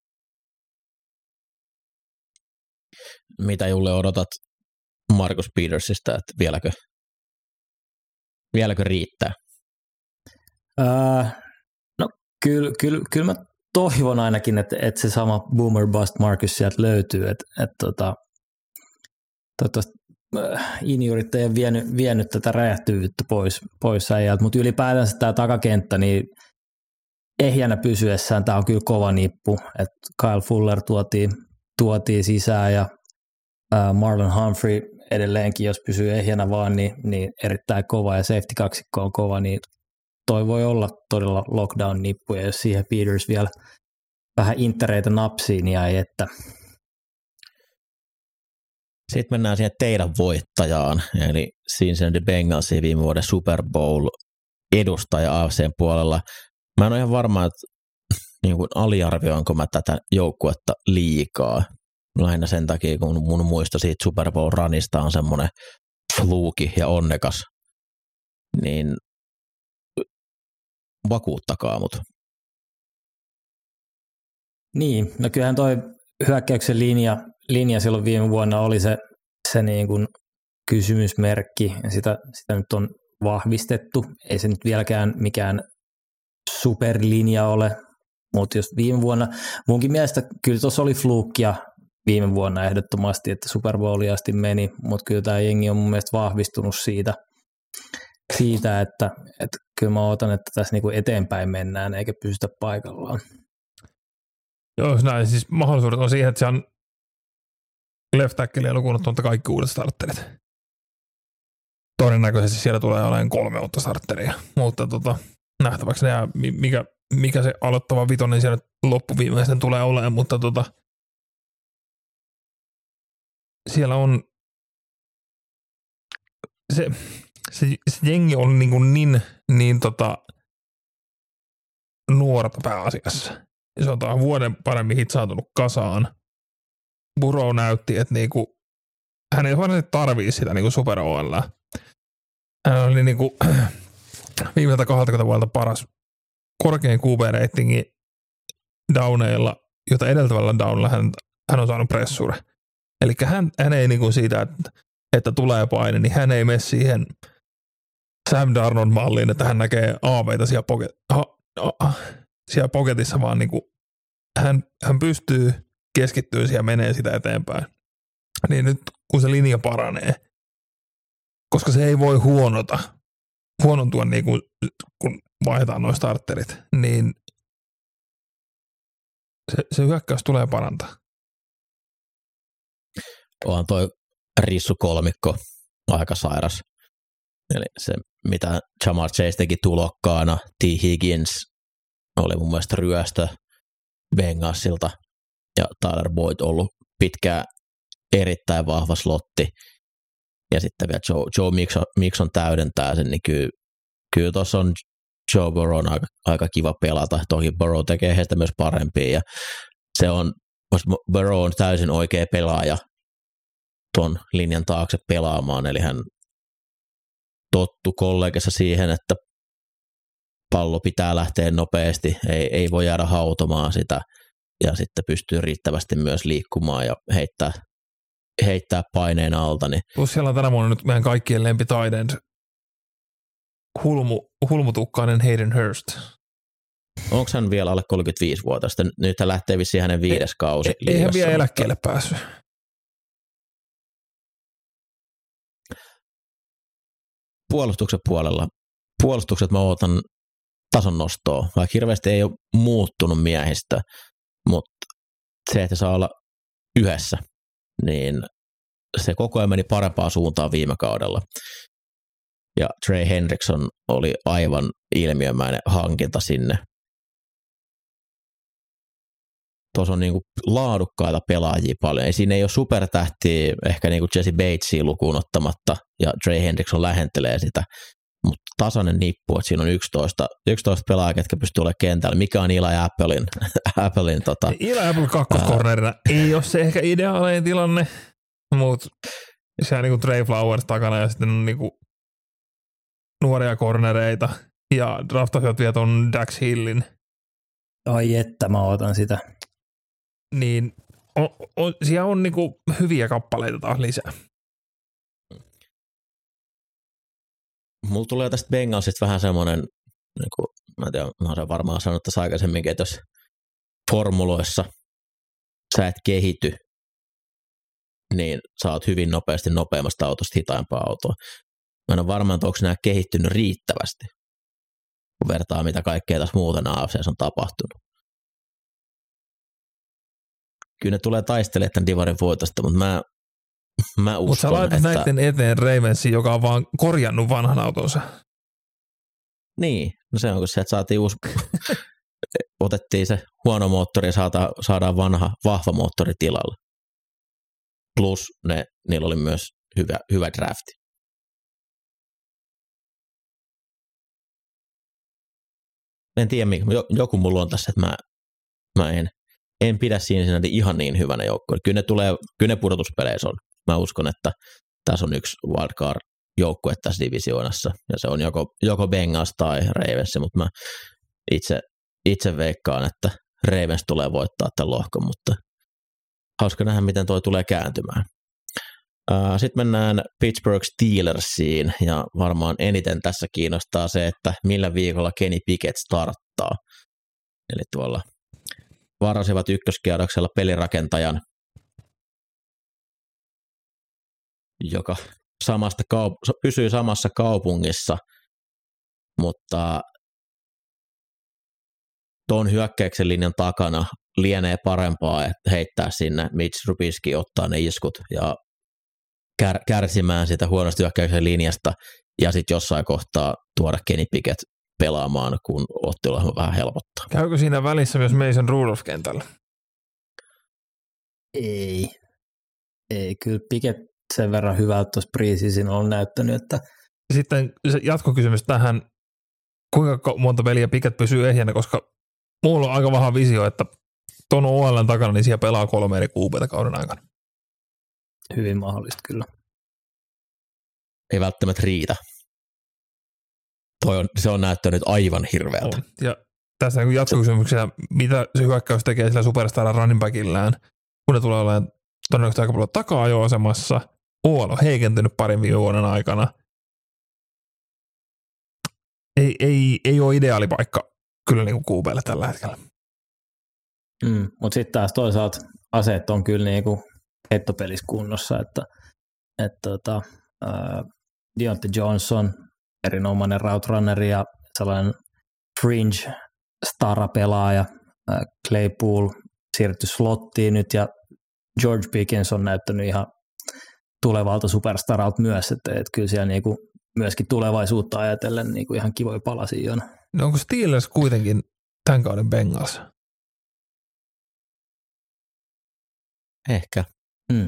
Mitä Julle odotat Marcus Petersistä, että vieläkö, vieläkö riittää? Öö, no kyllä, kyllä, kyllä mä toivon ainakin, että, että se sama boomer bust Marcus sieltä löytyy, että, että tota, toivottavasti äh, injurit ei ole vienyt, vienyt tätä räjähtyvyyttä pois, pois äijältä, mutta ylipäätänsä tämä takakenttä, niin ehjänä pysyessään tämä on kyllä kova nippu, että Kyle Fuller tuotiin, tuotiin sisään ja äh, Marlon Humphrey edelleenkin, jos pysyy ehjänä vaan, niin, niin erittäin kova ja safety-kaksikko on kova, niin toi voi olla todella lockdown-nippu, ja jos siihen Peters vielä vähän intereitä napsiin jäi, että sitten mennään siihen teidän voittajaan, eli Cincinnati Bengalsin viime vuoden Super Bowl edustaja A F C:n puolella. Mä en ole ihan varma, että niin kuin aliarvioinko mä tätä joukkuetta liikaa. Lähinnä sen takia, kun mun muisto siitä Super Bowl runista on semmoinen fluuki ja onnekas, niin vakuuttakaa mut. Niin, no kyllähän toi hyökkäyksen linja, linja silloin viime vuonna oli se, se niin kuin kysymysmerkki, ja sitä, sitä nyt on vahvistettu. Ei se nyt vieläkään mikään superlinja ole, mutta jos viime vuonna, munkin mielestä kyllä tuossa oli fluukkia viime vuonna ehdottomasti, että Super Bowliin asti meni, mutta kyllä tämä jengi on mun mielestä vahvistunut siitä, siitä että, että kyllä mä odotan, että tässä niinku eteenpäin mennään eikä pysytä paikallaan. Joo, näin. Siis mahdollisuudet on siihen, että se on left tackle ja lukuun ottamatta kaikki uudet starterit. Todennäköisesti siellä tulee olemaan kolme uutta starteria, mutta tota, nähtäväksi jää, mikä, mikä se aloittava vitonen siellä loppuviimeisten tulee olemaan, mutta tota, siellä on se, se, se jengi on niin, kuin niin, niin tota, nuorta pääasiassa. Se on taas vuoden paremmin hitsautunut kasaan. Burrow näytti, että niinku, hän ei varsinaisesti tarvii sitä niinku Super O L. Hän oli niinku viimeiseltä kaksikymmentä vuodelta paras korkein Q B-reitingi downeilla, jota edeltävällä downilla hän, hän on saanut pressure. Eli hän, hän ei niinku siitä, että, että tulee paine, niin hän ei mene siihen Sam Darnold-malliin, että hän näkee aaveita siellä, pocket, ha, ha, siellä pocketissa, vaan niinku hän, hän pystyy keskittyy siihen ja menee sitä eteenpäin. Niin nyt kun se linja paranee, koska se ei voi huonota, huonontua niin kuin, kun vaihdetaan nuo starterit, niin se, se hyökkäys tulee parantaa. Onhan toi rissukolmikko aika sairas. Eli se, mitä Jamar Chase teki tulokkaana, T. Higgins oli mun mielestä ryöstö Bengalsilta, ja Tyler Boyd ollut pitkään erittäin vahva slotti, ja sitten vielä Joe, Joe Mixon, Mixon täydentää sen, niin kyllä, kyllä tuossa on Joe Burrow aika, aika kiva pelata. Toki Burrow tekee heistä myös parempia, ja se on, Burrow on täysin oikea pelaaja tuon linjan taakse pelaamaan, eli hän tottu kollegassa siihen, että pallo pitää lähteä nopeasti, ei, ei voi jäädä hautomaan sitä, ja sitten pystyy riittävästi myös liikkumaan ja heittää, heittää paineen alta. Niin. Plus siellä on tänä vuonna nyt meidän kaikkien lempitaiden hulmu, hulmutukkainen Hayden Hurst. Onko hän vielä alle kolmekymmentäviisivuotiaista? Nyt hän lähtee vissiin hänen viides kausi. Ei, eihän vielä eläkkeelle päässyt. Puolustuksen puolella. Puolustukset mä ootan tason nostoa, vaikka hirveästi ei ole muuttunut miehistä, mutta se, että saa olla yhdessä, niin se koko ajan meni parempaan suuntaan viime kaudella. Ja Trey Hendrickson oli aivan ilmiömäinen hankinta sinne. Tuossa on niinku laadukkaita pelaajia paljon. Ei siinä ei ole supertähtiä, ehkä niinku Jesse Batesia lukuun ottamatta, ja Trey Hendrickson lähentelee sitä. Mutta tasainen nippu, että siinä on yksitoista, yksitoista pelaajaa, ketkä pystyy olemaan kentällä. Mikä on Eli Applein? Applein tota, Eli Apple kakkoskornerina ei ole se ehkä ideaalinen tilanne, mutta se on niinku Trey Flowers takana ja sitten on niinku nuoria kornereita ja draftasivat vielä ton Dax Hillin. Ai että, mä otan sitä. Niin on, on, siellä on niinku hyviä kappaleita taas lisää. Mulla tulee tästä Bengalsista vähän semmoinen, niin kuin, mä en tiedä, mä olen varmaan sanonut tässä aikaisemminkin, että jos formuloissa sä et kehity, niin sä oot hyvin nopeasti nopeammasta autosta hitaimpaa autoa. Mä en ole varma, että onko nämä kehittynyt riittävästi, kun vertaa mitä kaikkea tässä muuten A F C:ssä on tapahtunut. Kyllä ne tulee taistelemaan tämän divarin voitosta, mutta mä Mä uskon, Mutta sä laitat että näiden eteen Ravensin, joka on vaan korjannut vanhan autonsa. Niin, no se on kun se, että saatiin uusi, otettiin se huono moottori ja saada, saadaan vanha, vahva moottori tilalle. Plus ne, niillä oli myös hyvä, hyvä drafti. En tiedä, joku mulla on tässä, että mä, mä en, en pidä siinä ihan niin hyvänä joukkoa. Kyllä ne tulee, kyllä ne pudotuspeleissä on. Mä uskon, että tässä on yksi wildcard-joukkue tässä divisioonassa, ja se on joko, joko Bengals tai Ravens, mutta mä itse, itse veikkaan, että Ravens tulee voittaa tämän lohkon, mutta hauska nähdä, miten toi tulee kääntymään. Sitten mennään Pittsburgh Steelersiin, ja varmaan eniten tässä kiinnostaa se, että millä viikolla Kenny Pickett starttaa. Eli tuolla varasivat ykköskierroksella pelirakentajan, joka samasta kaup- pysyy samassa kaupungissa, mutta tuon hyökkäyksen linjan takana lienee parempaa, että heittää sinne Mitch Trubisky, ottaa ne iskut ja kär- kärsimään sitä huonosta hyökkäyksen linjasta ja sitten jossain kohtaa tuoda Kenny Pickett pelaamaan, kun ottelu vähän helpottaa. Käykö siinä välissä myös Mason Rudolph kentällä? Ei. Ei, kyllä Pickett sen verran hyvältä tuossa preseason on näyttänyt, että sitten se jatkokysymys tähän, kuinka monta peliä Pickett pysyy ehjänä, koska mulla on aika vahva visio, että tuon O L:n takana niin siellä pelaa kolme eri kuupeita kauden aikana. Hyvin mahdollista kyllä. Ei välttämättä riitä. Toi on, se on näyttänyt aivan hirveältä. On. Ja tässä niin jatkokysymyksiä, mitä se hyökkäys tekee sillä superstar running backillään, kun ne tulee olemaan todennäköisesti aika paljon taka-ajo-asemassa. O L on heikentynyt parin viime vuoden aikana. Ei, ei, ei ole ideaali paikka kyllä niin kuin Q B:lle tällä hetkellä. Mm, mutta sitten taas toisaalta aseet on kyllä niin kuin heittopelissä kunnossa, että, että tota, äh, Deontay Johnson, erinomainen route runner ja sellainen fringe stara-pelaaja, äh, Claypool siirtyi slottiin nyt ja George Pickens on näyttänyt ihan tulevalta superstaralta myös, että, että kyllä siellä niin kuin myöskin tulevaisuutta ajatellen niin kuin ihan kivoja palasia on. No onko Steelers kuitenkin tämän kauden Bengals? Ehkä. Mm.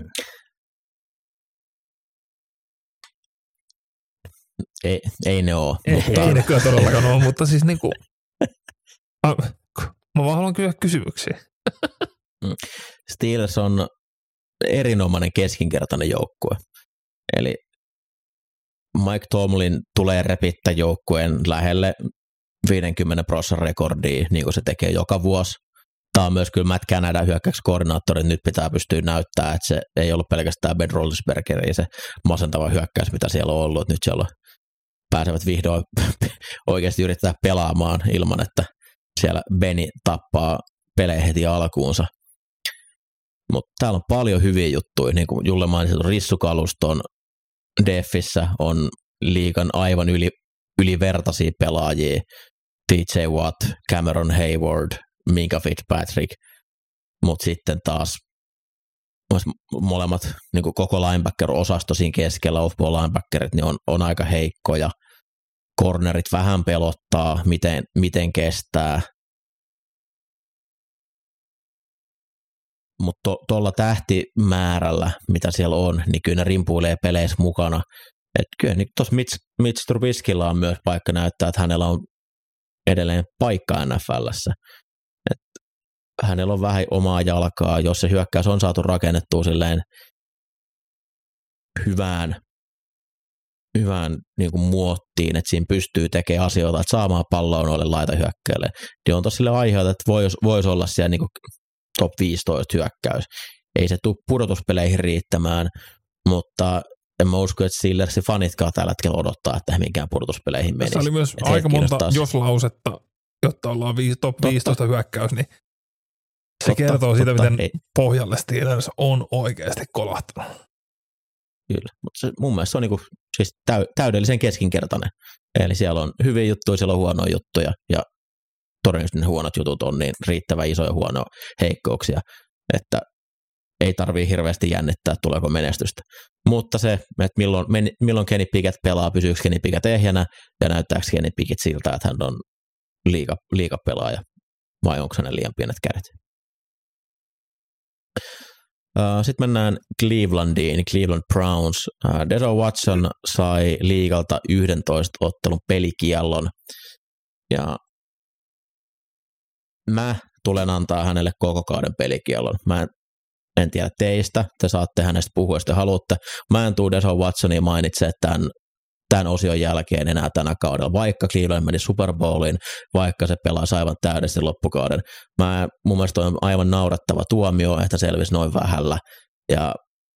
Ei, ei ne ole. Ei, mutta... ei ne kyllä todellakaan ole, mutta siis niinku, a, mä vaan haluan kysyä kysymyksiä. Steelers on erinomainen keskinkertainen joukkue. Eli Mike Tomlin tulee repittää joukkueen lähelle viidenkymmenen prosentin rekordia, niin kuin se tekee joka vuosi. Tämä on myös kyllä Matt Canada hyökkäyskoordinaattori, nyt pitää pystyä näyttämään, että se ei ollut pelkästään Ben Roethlisberger, se masentava hyökkäys, mitä siellä on ollut. Nyt siellä pääsevät vihdoin oikeasti yrittää pelaamaan ilman, että siellä Benny tappaa pelejä heti alkuunsa. Mutta täällä on paljon hyviä juttuja, niin kuin Julle mainitsi, rissukaluston Deffissä on liigan aivan yli, ylivertaisia pelaajia, T J Watt, Cameron Hayward, Minka Fitzpatrick, mutta sitten taas molemmat niin kuin koko linebacker-osasto siinä keskellä, off-ball linebackerit, niin on, on aika heikkoja. Cornerit vähän pelottaa, miten, miten kestää. Mutta tuolla to, tähtimäärällä, mitä siellä on, niin kyllä ne rimpuilee peleissä mukana. Että kyllä niin tuossa Mitch, Mitch Trubiskylla on myös paikka näyttää, että hänellä on edelleen paikka N F L:ssä. Et hänellä on vähän omaa jalkaa, jos se hyökkäys on saatu rakennettua silleen hyvään, hyvään niin kuin muottiin, että siinä pystyy tekemään asioita, että saamaan palloa noille laitahyökkäille. Niin on tosiaan aiheita, että voisi vois olla siellä niin kuin top viisitoista hyökkäys. Ei se tule pudotuspeleihin riittämään, mutta en mä usko, että Steelersin fanitkaan tällä hetkellä odottaa, että minkään pudotuspeleihin menisi. Tässä oli myös että aika monta jos-lausetta, jotta ollaan viisi, top totta. viisitoista hyökkäys, niin se totta, kertoo siitä, totta, miten ei. pohjalle Steelers on oikeasti kolahtanut. Kyllä, mutta se, mun mielestä se on niinku, siis täy, täydellisen keskinkertainen. Eli siellä on hyviä juttuja, siellä on huonoja juttuja, ja todennäköisesti ne huonot jutut on niin riittävän isoja huonoja heikkouksia, että ei tarvii hirveästi jännittää, tuleeko menestystä. Mutta se, että milloin, milloin Kenny Pickett pelaa, pysyykö Kenny Pickett ehjänä, ja näyttääkö Kenny Pickett siltä, että hän on liiga, liigapelaaja, vai onko hänen liian pienet kädet. Sitten mennään Clevelandiin, Cleveland Browns. Deshaun Watson sai liigalta yhdentoista ottelun pelikiellon, ja mä tulen antaa hänelle koko kauden pelikiellon. Mä en, en tiedä teistä, te saatte hänestä puhua, jos te haluatte. Mä en tuu Deshaun Watsonia mainitse, että hän tämän osion jälkeen enää tänä kaudella, vaikka Cleveland meni Super Bowliin, vaikka se pelasi aivan täydellisesti loppukauden. Mä, mun mielestä on aivan naurettava tuomio, että selvisi noin vähällä, ja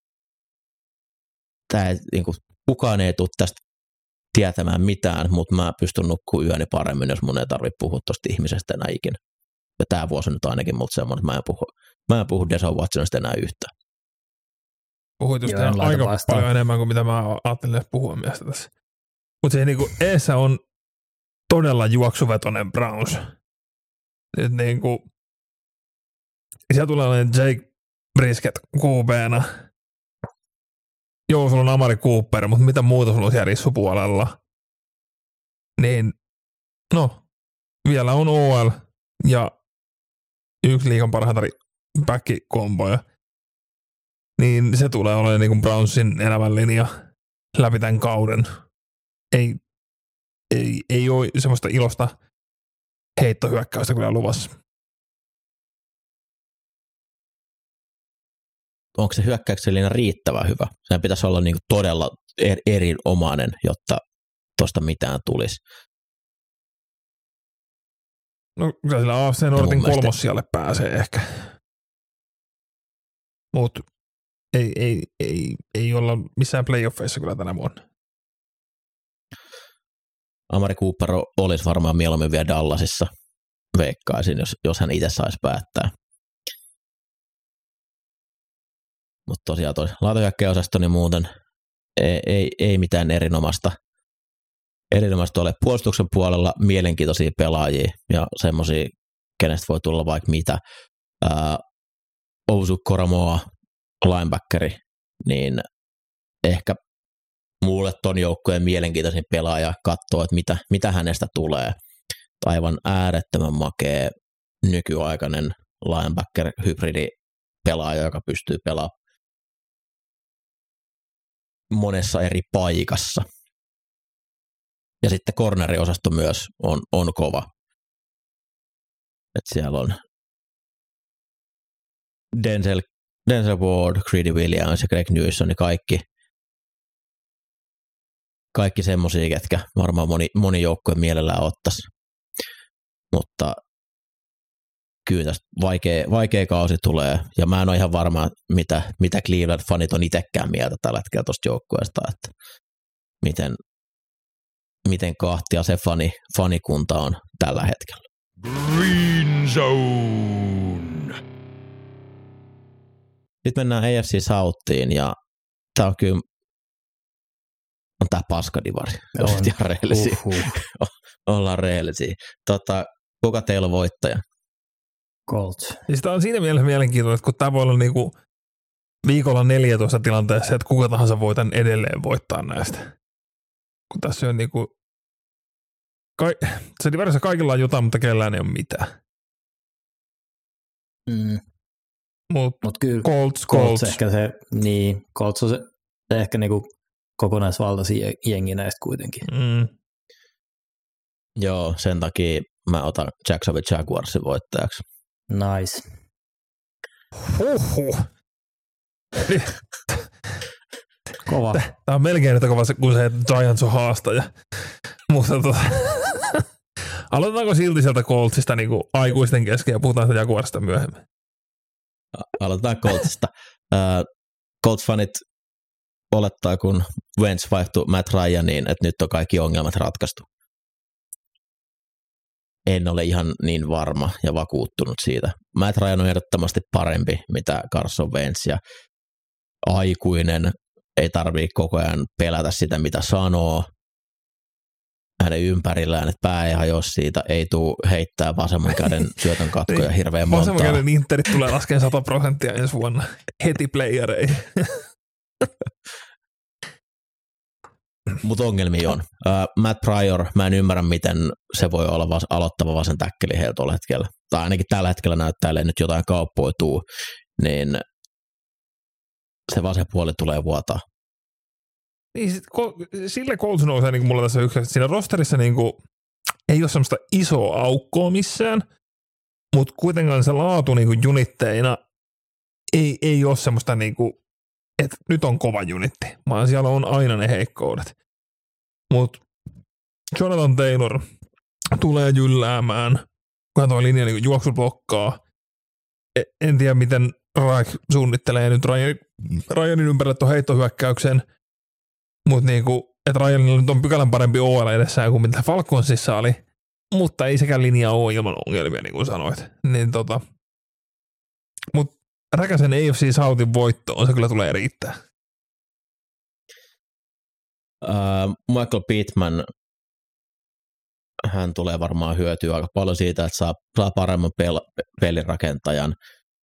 tää, niin kuin, kukaan ei tule tästä tietämään mitään, mutta mä pystyn nukkumaan yöni paremmin, jos mun ei tarvitse puhua tuosta ihmisestä enää ikinä. Ja tää vuosi nyt ainakin multa semmoinen, että mä en puhu, mä en puhu Deshaun Watsonista enää yhtään. Puhuit just aika vastaan. Paljon enemmän kuin mitä mä ajattelin puhua mielestä tässä. Mutta se niinku eessä on todella juoksuvetoinen Browns. Nyt niinku, siellä tulee olemaan Jake Brisket Q B:nä. Joo, sulla on Amari Cooper, mutta mitä muuta sulla on siellä rissupuolella? Niin, no, vielä on O L ja yksi liigan parhaita back-komboja. Niin se tulee olemaan niin kuin Brownsin elämän linja läpi tämän kauden. Ei, ei, ei ole semmoista ilosta heittohyökkäystä kyllä luvassa. Onko se hyökkäyksen linja riittävän hyvä? Sehän pitäisi olla niin kuin todella er, erinomainen, jotta tuosta mitään tulisi. No kyllä sillä A F C Nortin kolmossijalle pääsee ehkä. Mutta ei, ei, ei, ei olla missään playoffeissa kyllä tänä vuonna. Amari Cooper olisi varmaan mieluummin vielä Dallasissa, veikkaisin, jos, jos hän itse saisi päättää. Mutta tosiaan toi laitohyökkäysosasto niin muuten ei, ei, ei mitään erinomaista. Erinomaista ole puolustuksen puolella mielenkiintoisia pelaajia ja semmoisia, kenestä voi tulla vaikka mitä. Ää, Ousu Koromoa, linebackeri, niin ehkä mulle ton joukkueen mielenkiintoisin pelaaja katsoo, että mitä, mitä hänestä tulee. Aivan äärettömän makea nykyaikainen linebacker-hybridi pelaaja, joka pystyy pelaamaan monessa eri paikassa. Ja sitten corneriosasto myös on, on kova. Et siellä on Denzel, Denzel Ward, Greedy Williams ja Greg Newsom, niin kaikki, kaikki semmosia, ketkä varmaan moni, moni joukkue mielellään ottaisi. Mutta kyllä tästä vaikea, vaikea kausi tulee, ja mä en ole ihan varma, mitä, mitä Cleveland-fanit on itsekään mieltä tällä hetkellä tuosta joukkueesta, että miten, miten kahtia se fani, fanikunta on tällä hetkellä. Green Zone. Sitten mennään A F C Southiin, ja tää on kyllä on tää paskadivari, jos on ihan rehellisiä. Ollaan rehellisiä. Tota, kuka teillä on voittaja? Colts. Siis tämä on siinä mielessä mielenkiintoista, että kun tämä voi olla niinku viikolla neljätoista tilanteessa, että kuka tahansa voi tämän edelleen voittaa näistä. Kun tässä on niinku, ka- se divarissa kaikilla on jotain, mutta kellään ei ole mitään. Mm. Mutta Mut kyllä Colts, Colts, Colts. ehkä se, niin, Colts on se, se ehkä niinku kokonaisvaltaisin jengi näistä kuitenkin. Mm. Joo, sen takia mä otan Jacksonville Jaguarsin voittajaksi. Nice. Huhhuh. Kova. Tämä on melkein yhtä kova kuin se, että Giants on haastaja. Mutta tota, aloitetaanko silti sieltä Coltsista niin kuin aikuisten kesken ja puhutaan sitä Jaguarista myöhemmin? Aloitetaan Coltsista. uh, Colts-fanit olettaa, kun Wentz vaihtui Matt Ryaniin, että nyt on kaikki ongelmat ratkaistu. En ole ihan niin varma ja vakuuttunut siitä. Matt Ryan on ehdottomasti parempi, mitä Carson Wentz, ja aikuinen, ei tarvitse koko ajan pelätä sitä, mitä sanoo hänen ympärillään, että pää ei hajoa siitä, ei tule heittää vasemman käden syötön katkoja niin, hirveän montaa. Vasemman käden Interit tulee laskemaan sata prosenttia ensi vuonna heti playereihin. Mutta ongelmia on. Uh, Matt Pryor, mä en ymmärrä, miten se voi olla vas- aloittava vasen täkkeli heillä tuolla hetkellä. Tai ainakin tällä hetkellä näyttää, että nyt jotain kauppoituu, niin se vasen puoli tulee vuotaa. Niin, sit, sille Colts nousee niin kuin mulla tässä yksi. Siinä rosterissa niin kuin, ei ole semmoista isoa aukkoa missään, mutta kuitenkaan se laatu niin kuin junitteina ei, ei ole semmoista, niin kuin, että nyt on kova junitti, vaan siellä on aina ne heikkoudet. Mutta Jonathan Taylor tulee jylläämään, kunhan tuo linja niin juoksublokkaa. En tiedä, miten Reich suunnittelee nyt Ryan, Ryanin ympärille tuon heittohyökkäyksen, mutta niinku, että Ryanilla nyt on pykälän parempi O L edessään kuin mitä Falconsissa oli, mutta ei sekään linja ole ilman ongelmia, niin kuin sanoit. Niin tota, mutta Räkäsen A F C Southin voittoon se kyllä tulee riittää. Uh, Michael Pittman, hän tulee varmaan hyötyä aika paljon siitä, että saa, saa paremman pel- pelirakentajan.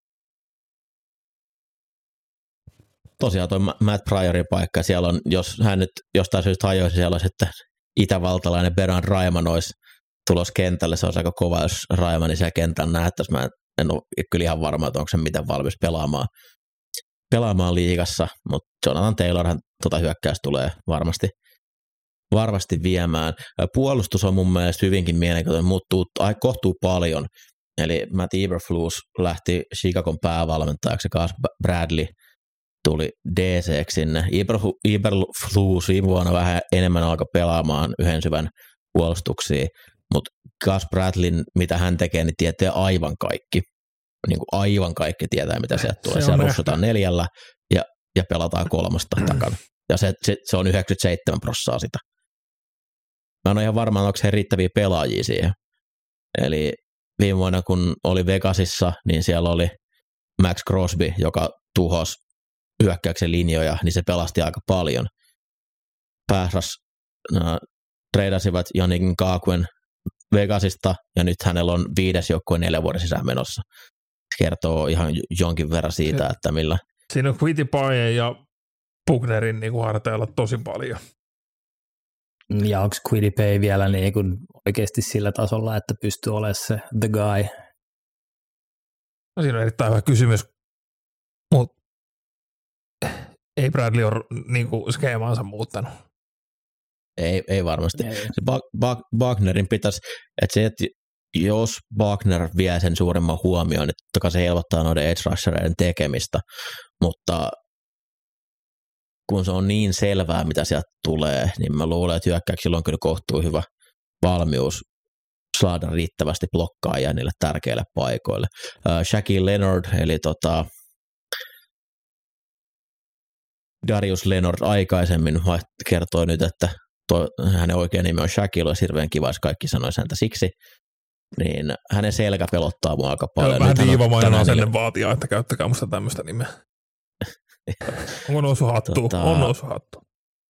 Tosiaan tuo Matt Pryorin paikka, siellä on, jos hän nyt jostain syystä hajoisi, siellä olisi, että itävaltalainen Beran Raiman olisi tulos kentälle, se olisi aika kova, jos Raimani siellä kentällä nähtäisi. Mä en ole kyllä ihan varma, että onko se miten valmis pelaamaan, pelaamaan liigassa, mutta Jonathan Taylorhan tota hyökkäys tulee varmasti, varmasti viemään. Puolustus on mun mielestä hyvinkin mielenkiintoinen, muuttuu kohtuu paljon. Eli Matt Eberflus lähti Chicagon päävalmentajaksi, Gus Bradley tuli D C:ksi sinne. Eberflus viime vuonna vähän enemmän alkoi pelaamaan yhden syvän puolustuksia, mutta Gus Bradleyn, mitä hän tekee, niin tietää aivan kaikki. Niin kuin aivan kaikki tietää, mitä sieltä tulee. Siellä russataan neljällä ja, ja pelataan kolmasta takana. Ja se, se, se on yhdeksänkymmentäseitsemän prosenttia sitä. Mä en ole ihan varma, onko he riittäviä pelaajia siihen. Eli viime vuonna, kun oli Vegasissa, niin siellä oli Max Crosby, joka tuhosi hyökkäyksen linjoja, niin se pelasti aika paljon. Pääsras no, treidasivat Yannick Ngakwen Vegasista, ja nyt hänellä on viides joukkue neljän vuoden sisään menossa. Se kertoo ihan jonkin verran siitä, se, että millä... Siinä on Quiddy Payen ja Bucknerin niin harteilla tosi paljon. Ja onko Quiddy Pay vielä niin kuin oikeasti sillä tasolla, että pystyy olemaan se the guy? No siinä on erittäin hyvä kysymys, mutta ei Bradley ole niin kuin skeemaansa muuttanut. Ei, ei varmasti. Ei. Se Bucknerin pitäisi, että se, että jos Buckner vie sen suuremman huomioon, niin totta kai se helpottaa noiden edge rushereiden tekemistä, mutta kun se on niin selvää, mitä sieltä tulee, niin mä luulen, että hyökkäyksillä on kyllä kohtuu hyvä valmius saada riittävästi blokkaajia niille tärkeille paikoille. Uh, Shaquille Leonard, eli tota, Darius Leonard aikaisemmin kertoi nyt, että toi, hänen oikea nimi on Shaquille, olisi hirveän kiva, jos kaikki sanoisi häntä siksi, niin hänen selkä pelottaa mua aika paljon. Vähän diivamainen asenne vaatia, että käyttäkää musta tämmöistä nimeä. On noussut hattuun, tota, on noussut hattuun.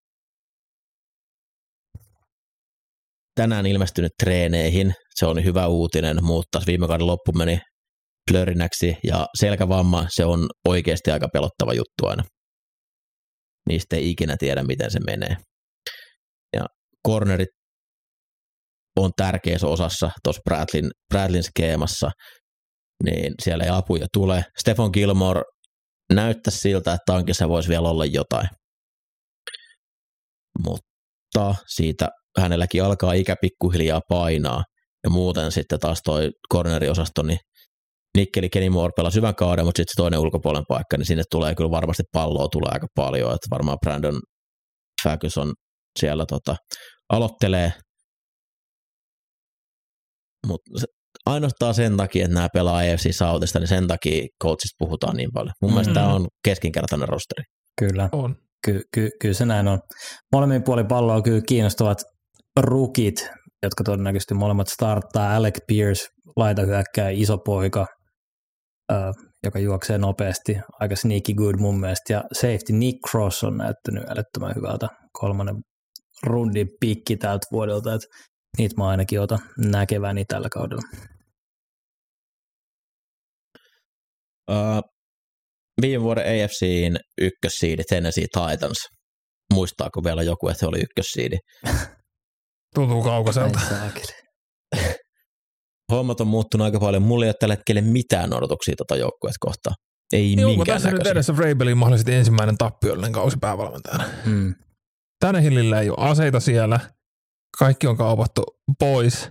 Tänään ilmestynyt treeneihin, se on hyvä uutinen, mutta viime kauden loppu meni plörinäksi ja selkävamma, se on oikeasti aika pelottava juttu aina. Niistä ei ikinä tiedä, miten se menee. Ja cornerit on tärkeässä osassa tuossa Bradleyn, Bradleyn skeemassa, niin siellä ei apuja tule. Stephon Gilmore näyttää siltä, että tankissa voisi vielä olla jotain. Mutta siitä hänelläkin alkaa ikä pikkuhiljaa painaa. Ja muuten sitten taas toi corneriosasto, niin Nikkeli Kenny Moore pelasi hyvän kauden, mutta sitten se toinen ulkopuolen paikka, niin sinne tulee kyllä varmasti palloa tulee aika paljon. Että varmaan Brandon Ferguson siellä tota, aloittelee. Mutta ainoastaan sen takia, että nämä pelaa A F C Southista, niin sen takia coachista puhutaan niin paljon. Mun mm-hmm. mielestä tämä on keskinkertainen rosteri. Kyllä, on. Ky- ky- kyllä se näin on. Molemmin puolin palloa kyllä kiinnostavat rookit, jotka todennäköisesti molemmat starttaa. Alec Pierce, laitahyökkääjä, iso poika, äh, joka juoksee nopeasti. Aika sneaky good mun mielestä. Ja safety Nick Cross on näyttänyt älyttömän hyvältä. Kolmannen rundin pikki tältä vuodelta, että niitä mä ainakin otan näkeväni tällä kaudella. Uh, viime vuoden A F C:n ykkössiidi Tennessee Titans. Muistaako vielä joku, että se oli ykkössiidi? Tuntuu kaukaiselta. Hommat on muuttunut aika paljon. Mulla ei ole tällä hetkellä mitään odotuksia tota joukkueesta kohtaan. Ei Joo, minkään tässä nyt edessä Vrabelin mahdollisesti ensimmäinen tappiollinen kausi päävalmentajana. Hmm. Tannehillillä ei ole aseita siellä. Kaikki on kaupattu pois.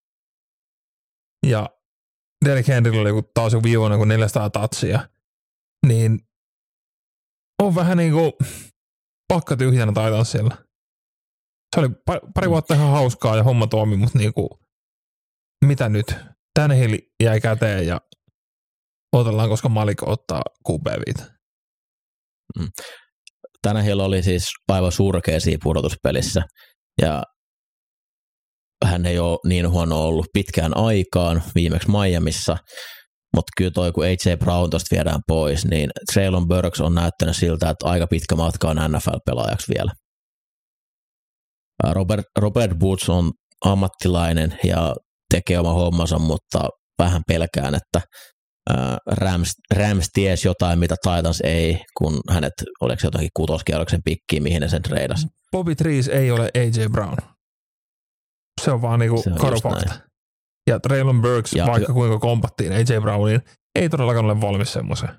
Ja Derrick Henryllä oli taas jo viivoinen kuin neljäsataa tatsia. Niin on vähän niin kuin pakka tyhjänä Titansilla. Se oli pari vuotta ihan hauskaa ja homma toimi, mutta niinku, mitä nyt? Tannehill jäi käteen ja odotellaan, koska Malik ottaa Q B viisi. Mm. Tannehill oli siis aivan surkea siinä pudotuspelissä ja hän ei ole niin huono ollut pitkään aikaan, viimeksi Miamissa, mutta kyllä toi, kun A J Brown tosta viedään pois, niin Treylon Burks on näyttänyt siltä, että aika pitkä matka on N F L-pelaajaksi vielä. Robert, Robert Woods on ammattilainen ja tekee oma hommansa, mutta vähän pelkään, että Rams, Rams tiesi jotain, mitä Titans ei, kun hänet, oliko se jotakin kutoskierroksen pikkiä, mihin ne sen treidasi. Bobby Trees ei ole A J Brown. Se on vaan niinku karu fakta. Ja Treylon Burks, ja vaikka jo. kuinka kompattiin A J Browniin, ei todellakaan ole valmis semmoiseen.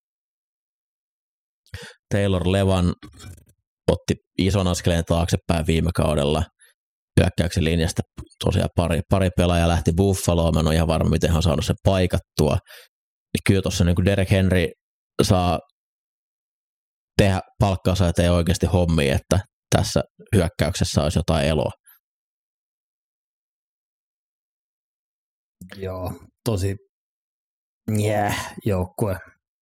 Taylor Levan otti ison askeleen taaksepäin viime kaudella hyökkäyksen linjasta. Tosiaan pari, pari pelaajaa lähti Buffaloon. Mä en ole ihan varma, miten hän on saanut sen paikattua. Kyllä tuossa niin Derek Henry saa tehdä palkkaansa ja tee oikeasti hommia, että tässä hyökkäyksessä olisi jotain eloa. Joo, tosi yeah, joukkue.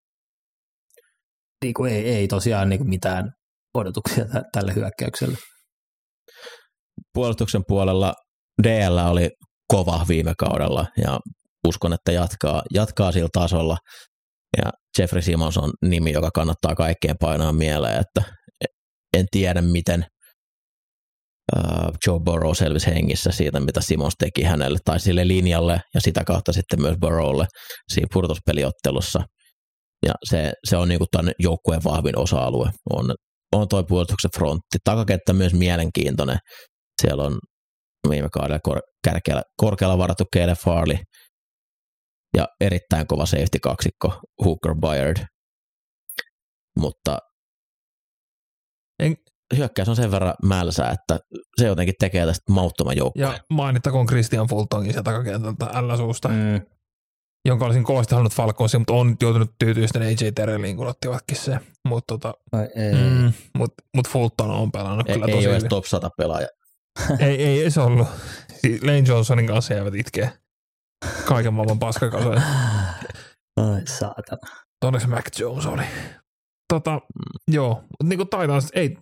Niin kuin ei, ei tosiaan niin kuin mitään odotuksia t- tälle hyökkäykselle. Puolustuksen puolella D L oli kova viime kaudella ja uskon, että jatkaa, jatkaa sillä tasolla. Ja Jeffrey Simmons on nimi, joka kannattaa kaikkeen painaa mieleen, että en tiedä miten uh, Joe Burrow selvisi hengissä siitä, mitä Simmons teki hänelle tai sille linjalle ja sitä kautta sitten myös Burrowlle siinä pudotuspeliottelussa. Ja se, se on niinku tämän joukkueen vahvin osa-alue. On, on toi puolustuksen frontti. Takakenttä myös mielenkiintoinen. Siellä on viime kaudella kor- kärkeällä, korkealla varattu Caleb Farley ja erittäin kova safety-kaksikko Hooker Byard. Mutta en, hyökkäys on sen verran mälsää, että se jotenkin tekee tästä mauttoman joukkueen. Ja mainittakoon Christian Fultonkin sieltä takakentältä L-suusta, mm. jonka olisin kovasti halunnut Falconsia, mutta on joutunut tyytyä sitten A J Terrelliin, kun ottivatkin se. Mutta tota, mm, mut, mut Fulton on pelannut ei, kyllä ei tosi ole hyvin. top sata pelaaja. ei, ei, ei se ollut. Lane Johnsonin kanssa jäävät itkee kaiken maailman paskakasoja. Ai saatana. Onneksi Mac Jones oli. Tota, mm. joo, mutta niinku Titans ei,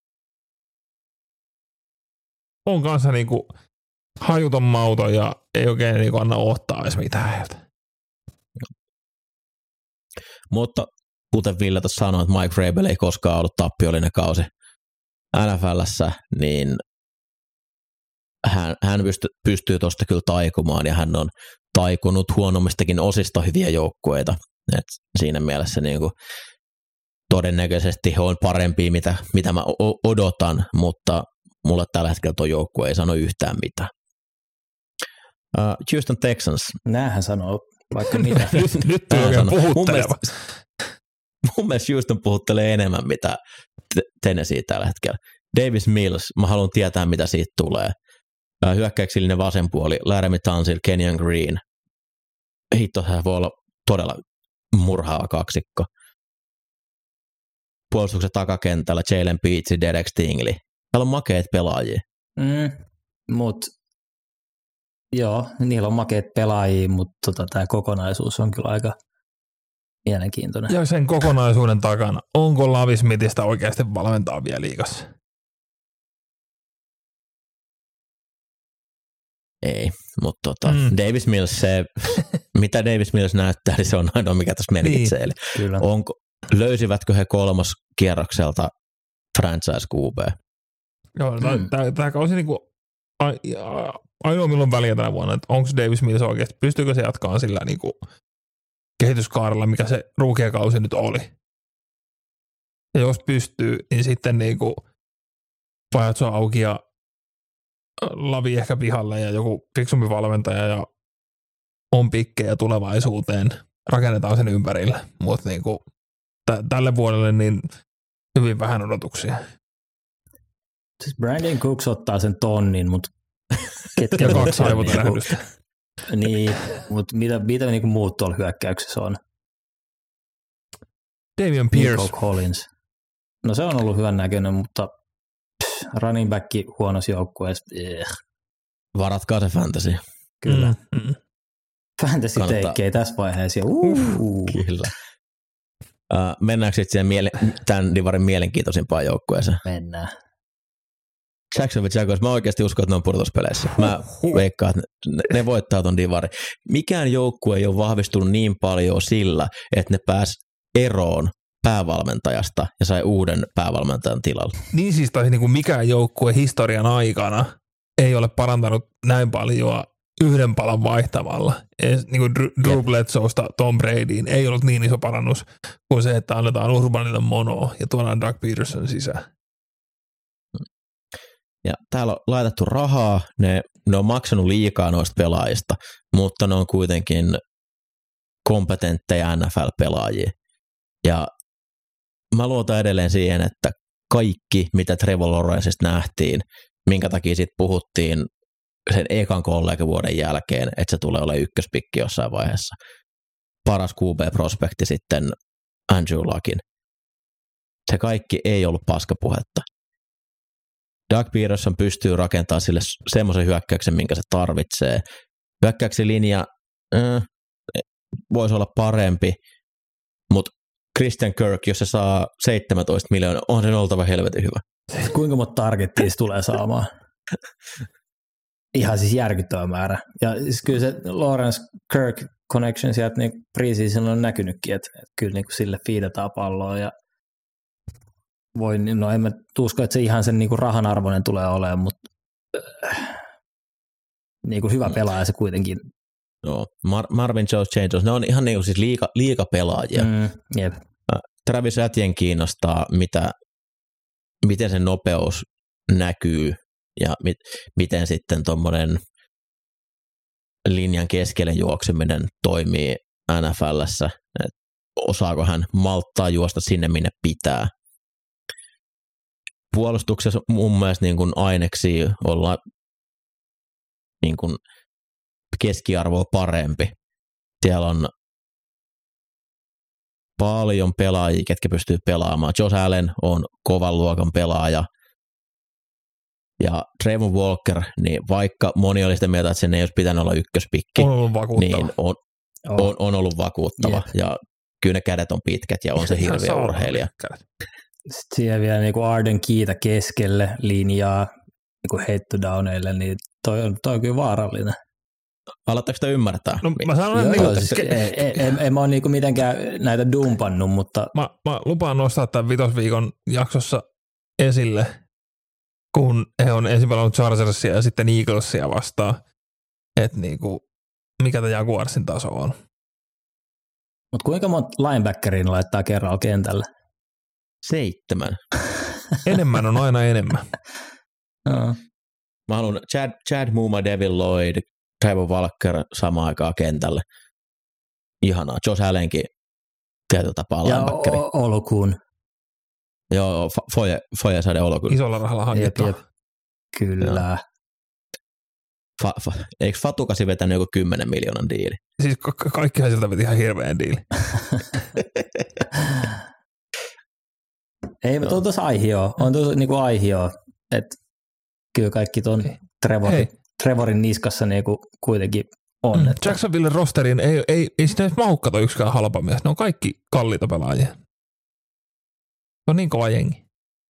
on kanssa niinku hajuton mauto ja ei oikein niinku anna ottaa edes mitään heiltä. Mutta kuten Ville tuossa sanoi, että Mike Vrabel ei koskaan ollut tappiollinen kausi N F L:ssä, niin hän, hän pystyy, pystyy tuosta kyllä taikumaan ja hän on taikunut huonommistakin osista hyviä joukkueita. Et siinä mielessä niin kuin todennäköisesti he on parempia, mitä, mitä mä odotan, mutta mulle tällä hetkellä tuo joukkue ei sano yhtään mitään. Uh, Houston Texans. Näähän sanoo vaikka mitä. nyt nyt oikein puhutteleva. Mun mielestä Houston puhuttelee enemmän, mitä Tennessee tällä hetkellä. Davis Mills, mä haluan tietää, mitä siitä tulee. Hyökkäyksillinen vasen puoli, Laramie Tunsil, Kenyon Green. Hitto, hän voi olla todella murhaava kaksikko. Puolustuksen takakentällä Jalen Peetsi, Derek Stingley. Täällä on makeet pelaajia. Mm, mut joo, niillä on makeet pelaajia, mutta tota, tämä kokonaisuus on kyllä aika mielenkiintoinen. Ja sen kokonaisuuden takana, onko Lavi Smithistä oikeasti valmentaa vielä liigassa? Ei, mutta tota, mm. Davis Mills, se, mitä Davis Mills näyttää, niin se on ainoa, mikä tässä merkitsee. Niin, kyllä. Onko, löysivätkö he kolmas kierrokselta franchise Q B? Joo, mm. tämä kausi niinku ainoa milloin väliä tänä vuonna, että onko Davis Mills oikeasti, pystyykö se jatkaa sillä niinku kehityskaarella, mikä se ruukiakausi nyt oli. Ja jos pystyy, niin sitten niinku pajatso auki ja Lavi ehkä pihalle ja joku fiksumpi valmentaja ja on pikkejä tulevaisuuteen, rakennetaan sen ympärille, mutta niinku t- tälle vuodelle niin hyvin vähän odotuksia. Siis Brandon Cooks ottaa sen tonnin, mutta ketkä ja kaksi aivotärähdystä. Niin, mutta mitä, mitä niinku muut tuolla hyökkäyksessä on? Damian Pierce. Nico Collins. No se on ollut hyvän näköinen, mutta pff, running back huonossa joukkueessa. Varatkaa se fantasy. Kyllä. Mm, mm. Fantasy teikkei tässä vaiheessa. Uh. Kyllä. Uh, mennäänkö sitten siihen miele- tämän divarin mielenkiintoisimpaan joukkueeseen? Mennään. Jacksonville Jaguars, mä oikeasti uskon, että ne on pudotuspeleissä. Mä veikkaan, että ne, ne voittaa ton divarin. Mikään joukkue ei ole vahvistunut niin paljon sillä, että ne pääs eroon päävalmentajasta ja sai uuden päävalmentajan tilalle. Niin siis taisi niin kuin mikään joukkue historian aikana ei ole parantanut näin paljon yhden palan vaihtamalla. Niin kuin Drew Bledsoesta Tom Bradyin ei ollut niin iso parannus kuin se, että annetaan Urbanille monoa ja tuodaan Doug Peterson sisään. Ja täällä on laitettu rahaa, ne, ne on maksanut liikaa noista pelaajista, mutta ne on kuitenkin kompetentteja N F L-pelaajia. Ja mä luotan edelleen siihen, että kaikki, mitä Trevor Lawrencesta nähtiin, minkä takia siitä puhuttiin sen ekan kollegavuoden jälkeen, että se tulee olemaan ykköspikki jossain vaiheessa. Paras Q B-prospekti sitten Andrew Luckin. Se kaikki ei ollut paskapuhetta. Doug Peterson pystyy rakentamaan sille semmoisen hyökkäyksen, minkä se tarvitsee. Hyökkäyksen linja äh, voisi olla parempi, mutta Christian Kirk, jos se saa seitsemäntoista miljoonaa, on sen oltava helvetin hyvä. Kuinka monta targettia se tulee saamaan? Ihan siis järkyttävä määrä. Ja siis kyllä se Lawrence Kirk connection sieltä niin preseason on näkynytkin, että, että kyllä niin sille fiidataan palloa ja voi, no en mä usko, että se ihan sen niin kuin rahan arvoinen tulee olemaan, mutta äh, niin kuin hyvä pelaaja se kuitenkin. No, Mar- Marvin Jones Changes, ne on ihan niin kuin siis liiga, liiga pelaajia. Mm, jep. Travis Etienne kiinnostaa, mitä, miten sen nopeus näkyy ja mit, miten sitten tuommoinen linjan keskelle juokseminen toimii N F L:ssä. Et osaako hän malttaa juosta sinne, minne pitää. Puolustuksessa mun mielestä niin kuin aineksia olla niin kuin keskiarvoa parempi. Siellä on paljon pelaajia, ketkä pystyy pelaamaan. Josh Allen on kovan luokan pelaaja. Ja Trayvon Walker, niin vaikka moni oli sitä mieltä, että sen ei olisi pitänyt olla ykköspikki, on ollut vakuuttava. Niin on, on, on ollut vakuuttava. Yeah. Ja kyllä ne kädet on pitkät ja on se hirveä urheilija. Sitten siellä vielä niin kuin Arden Kiitä keskelle linjaa niin heittodowneille, niin toi on, toi on kyllä vaarallinen. Aloittaako sitä ymmärtää? No mä sanon, joo, niin, joo, siis, en, en, en mä ole niinku mitenkään näitä dumpannut, mutta... Mä, mä lupaan nostaa tämän vitosviikon jaksossa esille, kun he on ensin pelannut Chargersia ja sitten Eaglesia vastaan, että niinku, mikä tämä Jaguarsin taso on. Mutta kuinka monta linebackerin laittaa kerralla kentällä? Seitsemän. Enemmän on aina enemmän. No. Mä haluan Chad, Chad Muma, Devin Lloyd, Trevor Walker samaan aikaan kentälle. Ihanaa. Josh Allenkin tietyllä tapaa linebackeri. Ja Olokun. Joo, Foye, Foye saade Olokun. Isolla rahalla hankittu. Jep, jep. Kyllä. Fa, fa, eikö Fatukasi vetänyt joku kymmenen miljoonan diili? Siis ka- kaikkihan siltä veti ihan hirveän diili. Ei, mutta on tuossa aihioa. On tuossa niinku aihioa, että kyllä kaikki tuon Trevorin, Trevorin niskassa niinku kuitenkin on. Mm, että... Jacksonville rosterin ei, ei, ei sitä edes mahukkato yksikään halpa mies. Ne on kaikki kalliita pelaajia. Se on niin kova jengi.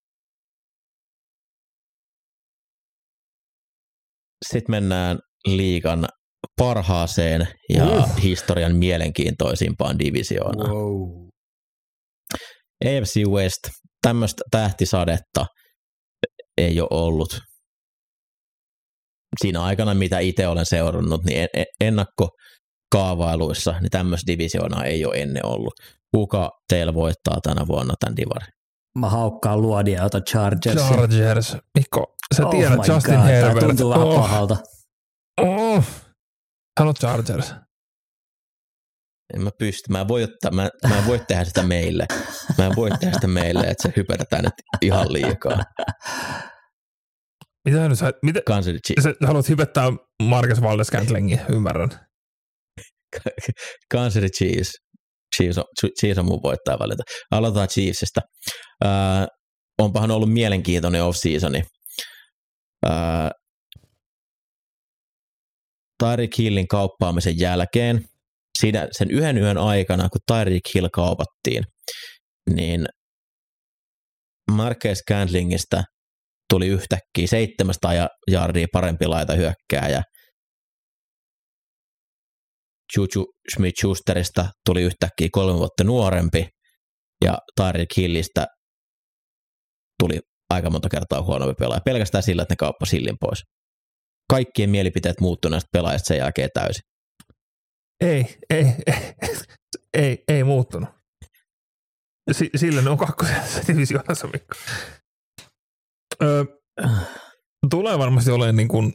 Sitten mennään liigan parhaaseen ja uh. historian mielenkiintoisimpaan divisioonaan. Wow. A F C West, tämmöistä tähtisadetta ei ole ollut siinä aikana, mitä itse olen seurannut, niin ennakkokaavailuissa niin tämmöistä divisioonaa ei ole ennen ollut. Kuka teillä voittaa tänä vuonna tämän divarin? Mä haukkaan luodia ja ota Chargers. Chargers. Mikko, sä oh tiedät Justin God, Herbert. Tämä tuntuu vähän oh. pahalta. Oh. Sano Chargers. En mä pysty. Mä en voi, ottaa, mä, mä en voi tehdä sitä meille. Mä en voi tehdä sitä meille, että se hypätetään nyt ihan liikaa. Mitä sä nyt sä, mitä, sä haluat hypettää Marcus Valdes-Scantlingia, ymmärrän. Kansas City Chiefs. Chiefs on, Chiefs on mun voittaja valita. Aloitetaan Chiefsistä. Äh, onpahan ollut mielenkiintoinen off-seasoni. Ää, Tyreek Hillin kauppaamisen jälkeen, siinä sen yhden yön aikana, kun Tyreek Hill kaupattiin, niin Marquez Scantlingistä tuli yhtäkkiä seitsemänsataa jardia parempi laita hyökkääjä. Juju Smith-Schusterista tuli yhtäkkiä kolme vuotta nuorempi ja Tyreek Hillistä tuli aika monta kertaa huonompi pelaaja. Pelkästään sillä, että ne kauppasi Hillin pois. Kaikkien mielipiteet muuttuivat näistä pelaajista sen jälkeen täysin. Ei, ei, ei, ei, ei muuttunut. S- sillä ne on kakkosessa divisioonassa, Mikko. Öö, tulee varmasti olemaan niin kuin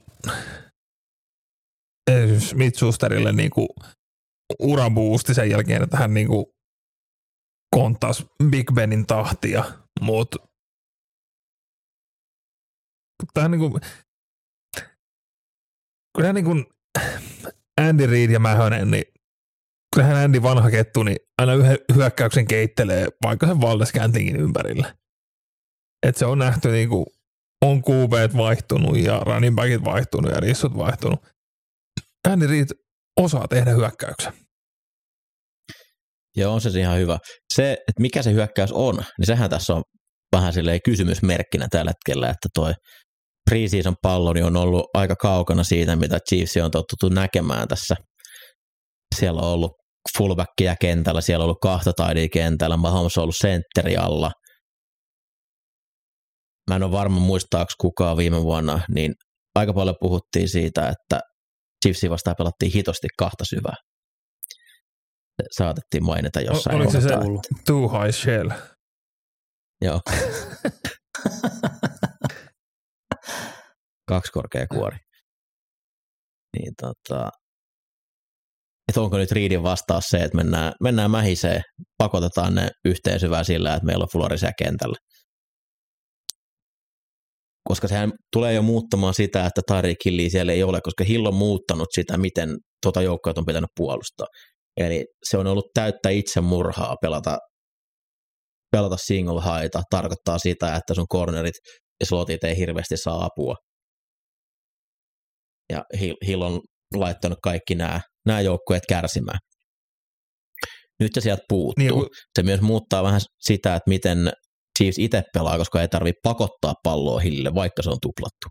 Smith-Schusterille niin kuin urabuusti sen jälkeen, että hän niin kuin konttasi Big Benin tahtia, mutta tähän niin kuin kyllähän niin kuin Andy Reid ja Mähönen, niin kyllähän Andy vanha kettu, niin aina yhden hyökkäyksen keittelee vaikka sen Valdes-Scantlingin ympärillä. Että se on nähty niin kuin on Q B:t vaihtunut ja running backit vaihtunut ja rissut vaihtunut. Andy Reid osaa tehdä hyökkäyksen. Joo, on se ihan hyvä. Se, että mikä se hyökkäys on, niin sehän tässä on vähän silleen kysymysmerkkinä tällä hetkellä, että toi preseason palloni on ollut aika kaukana siitä, mitä Chiefs on totuttu näkemään tässä. Siellä on ollut fullbackia kentällä, siellä on ollut kahta taidia kentällä, Mahomes on ollut sentteri alla. Mä en ole varma muistaako kukaan viime vuonna, niin aika paljon puhuttiin siitä, että Chiefsia vastaan pelattiin hitosti kahta syvää. Saatettiin mainita jossain. Oliko se se too high shell? Joo. Kaksi korkea kuori. Niin tota, että onko nyt Reidin vastaus se, että mennään, mennään mähiseen, pakotetaan ne yhteen syvään sillä, että meillä on Florisia kentällä. Koska sehän tulee jo muuttamaan sitä, että Tyreek Hilliä siellä ei ole, koska Hill on muuttanut sitä, miten tuota joukkoa on pitänyt puolustaa. Eli se on ollut täyttä itsemurhaa pelata, pelata single highta, tarkoittaa sitä, että sun cornerit ja slotit ei hirveästi saa apua. Ja Hill on laittanut kaikki nämä, nämä joukkueet kärsimään. Nyt se sieltä puuttuu. Niin, se myös muuttaa vähän sitä, että miten Chiefs itse pelaa, koska ei tarvitse pakottaa palloa Hillille, vaikka se on tuplattu.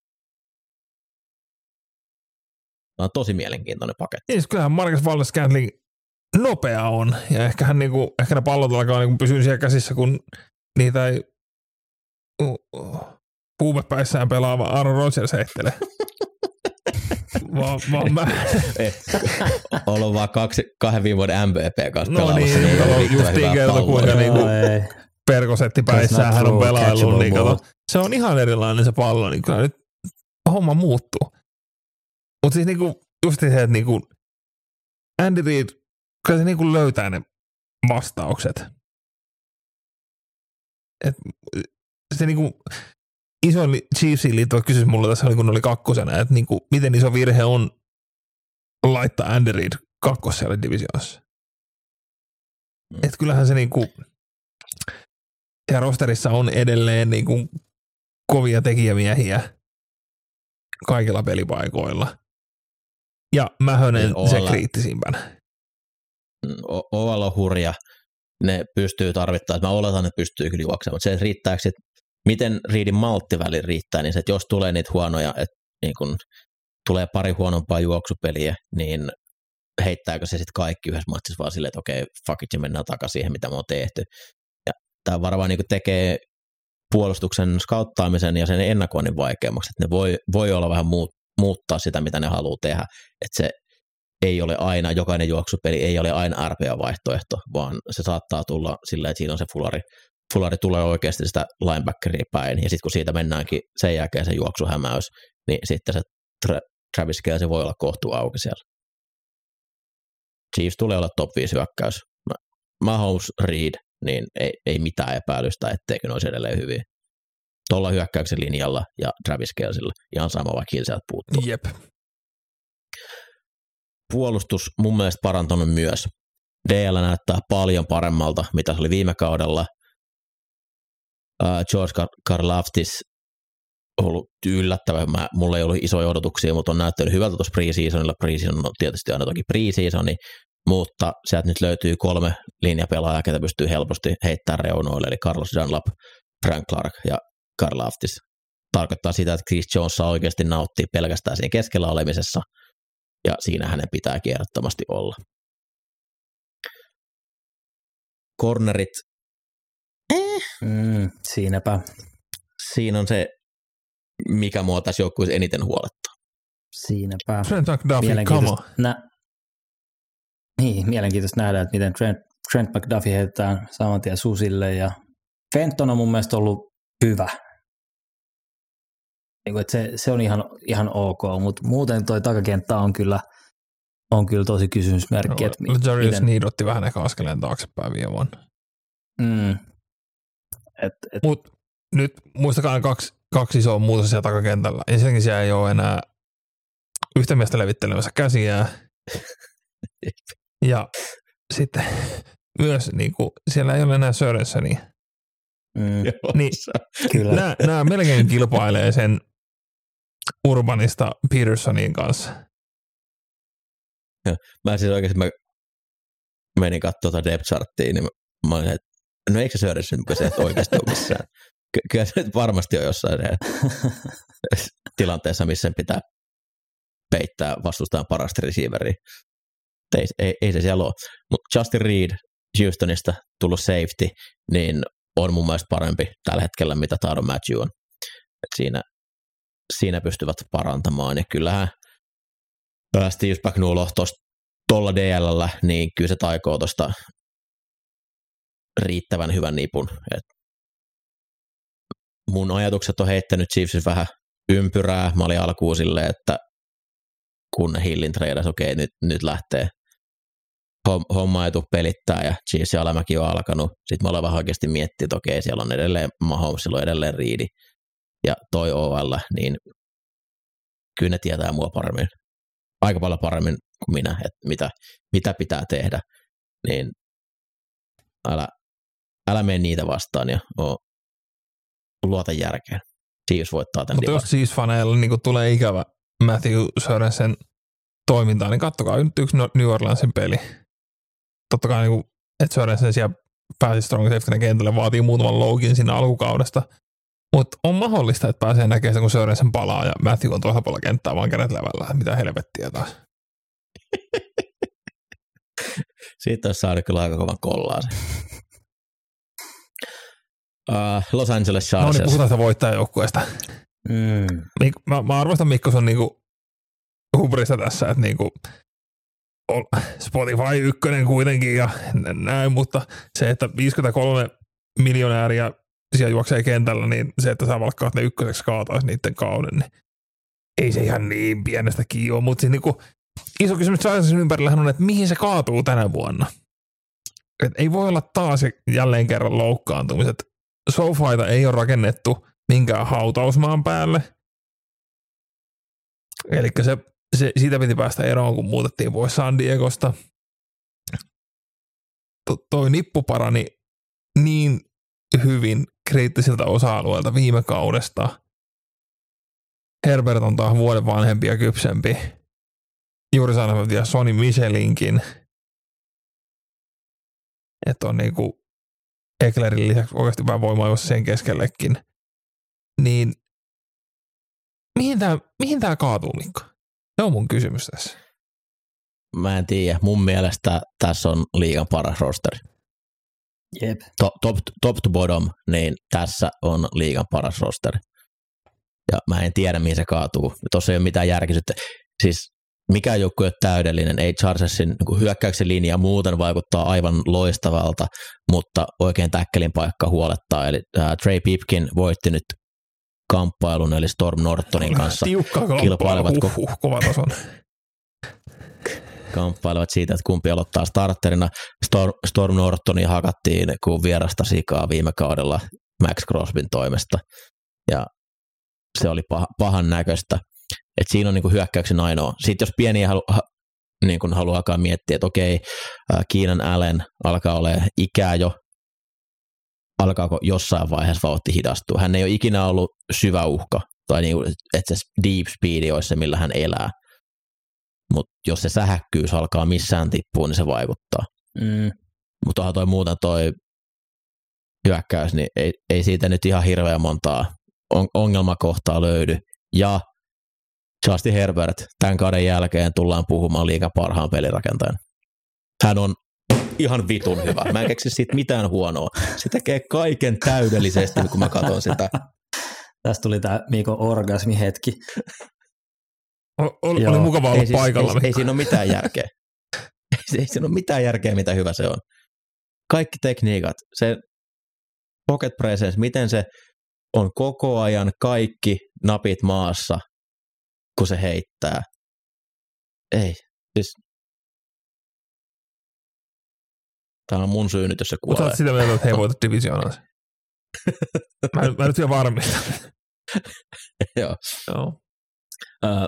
Tämä on tosi mielenkiintoinen paketti. Niin, kyllähän Marcus Valdes-Scantling nopea on, ja ehkä, hän niinku, ehkä ne pallot alkaa niinku pysyä siellä käsissä, kun niitä ei uh, uh, puumepäissään pelaava Aaron Rodgers heittelee. vaan, vaan mä. Ollut vaan kaksi, kahden viime vuoden M V P kanssa no pelaamassa. Niin, niin on justiin kerta, kuinka niinku perkosetti päissään hän on pelaillut. Niin kato, se on ihan erilainen se pallo, niin kyllä nyt homma muuttuu. Mutta siis niinku, just se, että niinku Andy Reid, kyllä se niinku löytää ne vastaukset. Et se niinku iso Chiefsiin liittyvä kysymys mulla tässä oli, kun oli kakkosena, että niinku, miten iso virhe on laittaa Andy Reid kakkosella divisioonassa. Mm. Että kyllähän se niinku, ja rosterissa on edelleen niinku kovia tekijämiehiä kaikilla pelipaikoilla. Ja Mähönen se kriittisimpänä. Oval on hurja. Ne pystyy tarvittamaan. Mä oletan, että pystyy kyllä juoksemaan. Mutta se, että riittääkö, että miten Reidin malttiväli riittää, niin se, että jos tulee niitä huonoja, että niin kun tulee pari huonompaa juoksupeliä, niin heittääkö se sitten kaikki yhdessä matsissa vaan silleen, että okei, fuck it, ja mennään takaisin siihen, mitä me on tehty. Ja tämä varmaan niin tekee puolustuksen skauttaamisen ja sen ennakoinnin vaikeammaksi, että ne voi, voi olla vähän muut, muuttaa sitä, mitä ne haluaa tehdä, että se ei ole aina, jokainen juoksupeli ei ole aina R P A-vaihtoehto, vaan se saattaa tulla sillä, että siinä on se fulari, fulari tulee oikeasti sitä linebackeria päin, ja sitten kun siitä mennäänkin sen jälkeen se juoksuhämäys, niin sitten se tra- Travis Kelce voi olla kohtuu auki siellä. Chiefs tulee olla top viisi hyökkäys. Mahomes, Reid, niin ei, ei mitään epäilystä, etteikö ne olisi edelleen hyviä. Tuolla hyökkäyksen linjalla ja Travis Kelcellä ihan sama, vaikka Hill sieltä puuttuu. Jep. Puolustus mun mielestä parantunut myös. D L näyttää paljon paremmalta, mitä se oli viime kaudella. Uh, George Karlaftis ollut yllättävän. Mä, mulla ei ollut isoja odotuksia, mutta on näyttänyt hyvältä tuossa pre-seasonilla. Pre-season on tietysti aina toki pre-seasoni, mutta sieltä nyt löytyy kolme linjapelaajaa, ketä pystyy helposti heittämään reunoille, eli Carlos Dunlap, Frank Clark ja Karl Aftis. Tarkoittaa sitä, että Chris Jones saa oikeasti nauttia pelkästään siinä keskellä olemisessa, ja siinä hänen pitää ehdottomasti olla. Cornerit. Eh. Mm, siinäpä. Siinä on se, mikä mua tässä joukkueessa eniten huolettaa. Siinäpä. Trent McDuffie, come on. Nä- niin, mielenkiintoista nähdä, että miten Trent, Trent McDuffie heitetään saman tien Susille, ja Fenton on mun mielestä ollut hyvä. Niin kuin, että se, se on ihan, ihan ok, mutta muuten toi takakenttä on kyllä, on kyllä tosi kysymysmerkki. No, Jarius miten... Need otti vähän ehkä askeleen taaksepäin viime vuonna. Mm. Et, et... Mutta nyt muistakaa kaksi, kaksi isoa muutosta siellä takakentällä. Ensinnäkin siellä ei ole enää yhtä miestä levittelemässä käsiään. Ja sitten myös niin kuin, siellä ei ole enää Sörenssonia. Mm. Niin, kyllä. Nämä, nämä melkein kilpailee sen Urbanista Petersonin kanssa. Ja, mä siis oikeasti mä menin katsoa tuota depth charttia, niin mä olin, että no eikö se Sörensen, kun se et oikeasti ole missään. Ky- kyllä se varmasti on jossain tilanteessa, missä sen pitää peittää vastustajan parasta receiveria. Ei, ei, ei se siellä ole. Mutta Justin Reed Houstonista tullut safety, niin on mun mielestä parempi tällä hetkellä, mitä Tyrann Mathieu on. Et siinä, siinä pystyvät parantamaan. Ja kyllähän Steve Spagnuolo tuolla D L:llä, niin kyllä se taikoo tuosta riittävän hyvän nipun. Et mun ajatukset on heittänyt Chiefsissä vähän ympyrää. Mä olin alkuun silleen, että kun Hillin treidas, okei, nyt, nyt lähtee homma ei tule pelittää ja Chiefs ja Alamäki on alkanut. Sitten mä olen vähän oikeasti miettinyt, että okei, siellä on edelleen Mahomes, siellä on edelleen Reedi ja toi O L, niin kyllä ne tietää mua paremmin, aika paljon paremmin kuin minä, että mitä, mitä pitää tehdä, niin älä, älä mene niitä vastaan ja oo, luota järkeen. Chiefs voittaa tämän. Mutta jos Chiefs-faneilla niin tulee ikävä Matthew Sorensen toimintaan, niin kattokaa nyt yksi New Orleansin peli. Totta kai, niin että Sorensen siellä pääsi strong safetynä kentälle, vaatii muutaman loukin siinä alkukaudesta, mutta on mahdollista, että pääsee näkemään sen, kun Sorensen palaa ja Matthew on toisella puolella kenttää vaan kädet levällä. Mitä helvettiä taas. Siitä olisi saanut kyllä aika kovan kollaa se. Uh, Los Angeles Chargers. No niin, puhutaan sitä voittajajoukkueesta. Mm. Mä, mä arvostan Mikkoson niinku hubrista tässä, että niinku Spotify ykkönen kuitenkin ja näin, mutta se, että viisikymmentäkolme miljonääriä siellä juoksee kentällä, niin se, että sä valkkaat ne ykköseksi kaataisi niiden kauden, niin ei se ihan niin pienestä kiinni ole, mutta siis niinku iso kysymys Chargersin ympärillähän on, että mihin se kaatuu tänä vuonna. Et ei voi olla taas jälleen kerran loukkaantumiset. SoFiita ei ole rakennettu minkään hautausmaan päälle. Eli se, se, siitä piti päästä eroon, kun muutettiin pois San Diegosta. To, toi nippu parani niin hyvin kriittisiltä osa-alueilta viime kaudesta. Herbert on taas vuoden vanhempi ja kypsempi. Juuri sanoin, ja Sonny Michelinkin. Että on niinku Ecklerin lisäksi oikeasti vähän voimaa jos sen keskellekin. Niin mihin tää, mihin tää kaatuu, Mikko? Se on mun kysymys tässä. Mä en tiedä. Mun mielestä tässä on liigan paras rosteri. Jep. Top, top, top to bottom, niin tässä on liigan paras rosteri. Ja mä en tiedä, mihin se kaatuu. Tuossa ei ole mitään järkisyyttä. Siis mikä joukko ei ole täydellinen. Ei Chargersin niin hyökkäyksen linja muuten vaikuttaa aivan loistavalta, mutta oikein täkkelin paikka huolettaa. Eli äh, Trey Pipkin voitti nyt kamppailun, eli Storm Nortonin kanssa. Tiukka kamppailu, huh, huh, kova tason. Kamppailevat siitä, että kumpi aloittaa starterina. Storm, Storm Nortonia hakattiin kuin vierasta sikaa viime kaudella Max Crosbyn toimesta, ja se oli paha, pahan näköistä. Et siinä on niinku hyökkäyksen ainoa. Sitten jos pieniä halu, ha, niinku haluaa alkaa miettiä, että okei, äh, Keenan Allen alkaa olemaan ikää jo, alkaako jossain vaiheessa vauhti hidastua. Hän ei ole ikinä ollut syvä uhka tai niin kuin, että se deep speed olisi se, millä hän elää. Mutta jos se sähäkkyys alkaa missään tippua, niin se vaikuttaa. Mm. Mutta onhan toi muuten toi hyökkäys, niin ei, ei siitä nyt ihan hirveän montaa on, ongelmakohtaa löydy. Ja Justin Herbert tämän kauden jälkeen tullaan puhumaan liigan parhaan pelirakentajan. Hän on ihan vitun hyvä. Mä en keksi siitä mitään huonoa. Se tekee kaiken täydellisesti, kun mä katson sitä. Tästä tuli tää Mikon orgasmihetki. Oli, oli mukava olla ei paikalla. Siis, ei, ei siinä ole mitään järkeä. Ei, ei siinä ole mitään järkeä, mitä hyvä se on. Kaikki tekniikat, se pocket presence, miten se on koko ajan kaikki napit maassa, kun se heittää. Ei, siis tämä on mun syynnytys, se kuolee. Mutta olet sitä mieltä, että he voivat divisioonaan. mä, mä nyt vielä varmistan. Joo. Joo. Uh,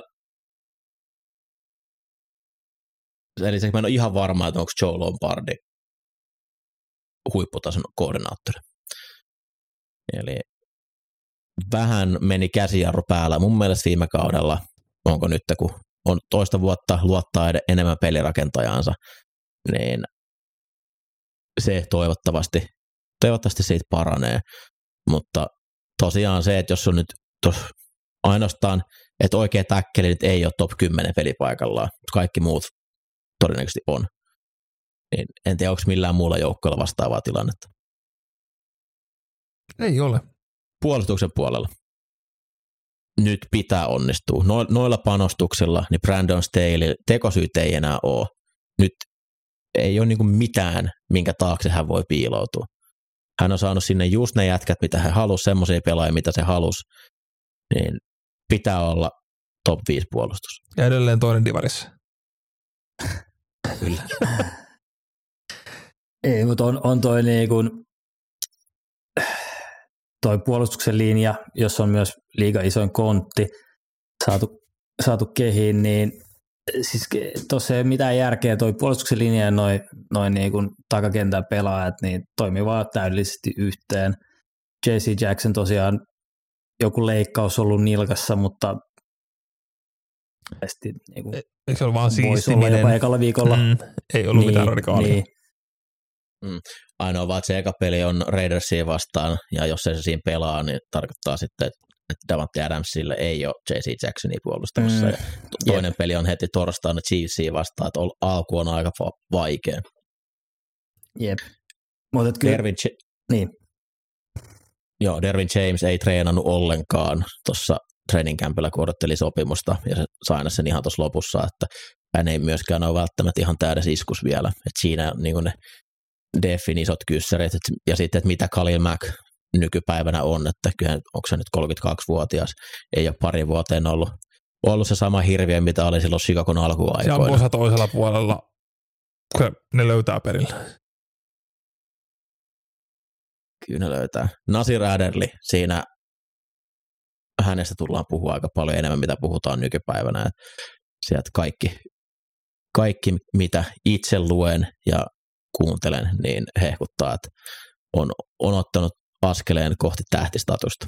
eli se, mä en ole ihan varma, että onko Joe Lombardi huipputason koordinaattori. Eli vähän meni käsijarru päällä. Mun mielestä viime kaudella, onko nyt, kun on toista vuotta luottaa enemmän pelirakentajaansa, niin se toivottavasti, toivottavasti siitä paranee. Mutta tosiaan se, että jos on nyt tos, ainoastaan, että oikea täkkeli nyt ei ole top kymmenen pelipaikallaan, kaikki muut todennäköisesti on, niin en tiedä, onko millään muulla joukkueella vastaavaa tilannetta. Ei ole. Puolustuksen puolella nyt pitää onnistua. No, noilla panostuksilla niin Brandon Staley tekosyyt ei enää ole. Nyt ei ole niinku mitään, minkä taakse hän voi piiloutua. Hän on saanut sinne just ne jätkät, mitä hän halusi, semmoisia pelaajia, mitä se halusi. Niin pitää olla top viisi puolustus. Ja edelleen toinen divarissa. Kyllä. Ei, mutta on, on toi niin kuin toi puolustuksen linja, jos on myös liiga isoin kontti saatu, saatu kehiin, niin siis tuossa ei ole mitään järkeä, toi puolustuksen linja ja noin noi niin kuin takakentän pelaajat, niin toimii vaan täydellisesti yhteen. J C Jackson tosiaan joku leikkaus ollut nilkassa, mutta niin kuin eikö se ole vaan voisi olla siistiminen? jopa ekalla viikolla. Mm, ei ollut niin, mitään radikaalia. Niin. Mm. Ainoa vaan, että se eka peli on Raidersia vastaan, ja jos se siinä pelaa, niin tarkoittaa sitten, että Davante Adamsille ei ole J C Jacksonia puolustamassa. Mm. Toinen yep. peli on heti torstaina Chiefsia vastaan, että alku on aika vaikea. Jep. Mutta kyllä, Dervin, niin. Joo, Dervin James ei treenannut ollenkaan tuossa training campilla, kun odotteli sopimusta, ja se sai aina sen ihan tuossa lopussa, että hän ei myöskään ole välttämättä ihan täydessä iskus vielä. Et siinä niin kuin ne Defin isot kyssärit, ja sitten, että mitä Khalil Mack nykypäivänä on, että kyllähän, onko se nyt kolmekymmentäkaksivuotias, ei ole pari vuoteen ollut, ollut se sama hirviö, mitä oli silloin Chicagon alkuaikoina. Se on osa toisella puolella, kun ne löytää perillä. Kyllä ne löytää. Nasir Adderley, siinä hänestä tullaan puhua aika paljon enemmän, mitä puhutaan nykypäivänä. Että sieltä kaikki, kaikki, mitä itse luen ja kuuntelen, niin hehkuttaa, että on, on ottanut askeleen kohti tähtistatusta.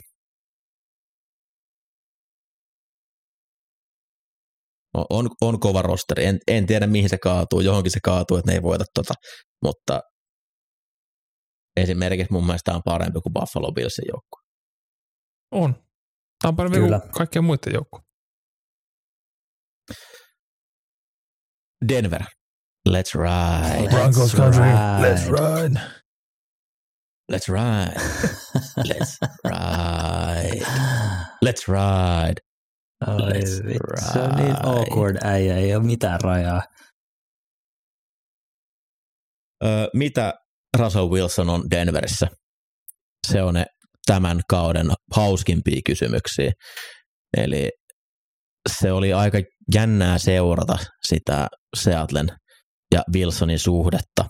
On, on kova rosteri. En, en tiedä, mihin se kaatuu. Johonkin se kaatuu, että ne ei voita tota. Mutta esimerkiksi mun mielestä on parempi kuin Buffalo Billsin joukkue. On. Tämä on parempi Kyllä. kuin kaikkien muiden joukkue. Denver. Let's ride. Broncos Let's country. ride. Let's ride. Let's ride. Let's ride. Let's ride. Ai Let's vittu, se on niin awkward äijä, ei ole mitään rajaa. Öö, mitä Russell Wilson on Denverissä? Se on ne tämän kauden hauskimpia kysymyksiä. Eli se oli aika jännää seurata sitä Seattlen ja Wilsonin suhdetta.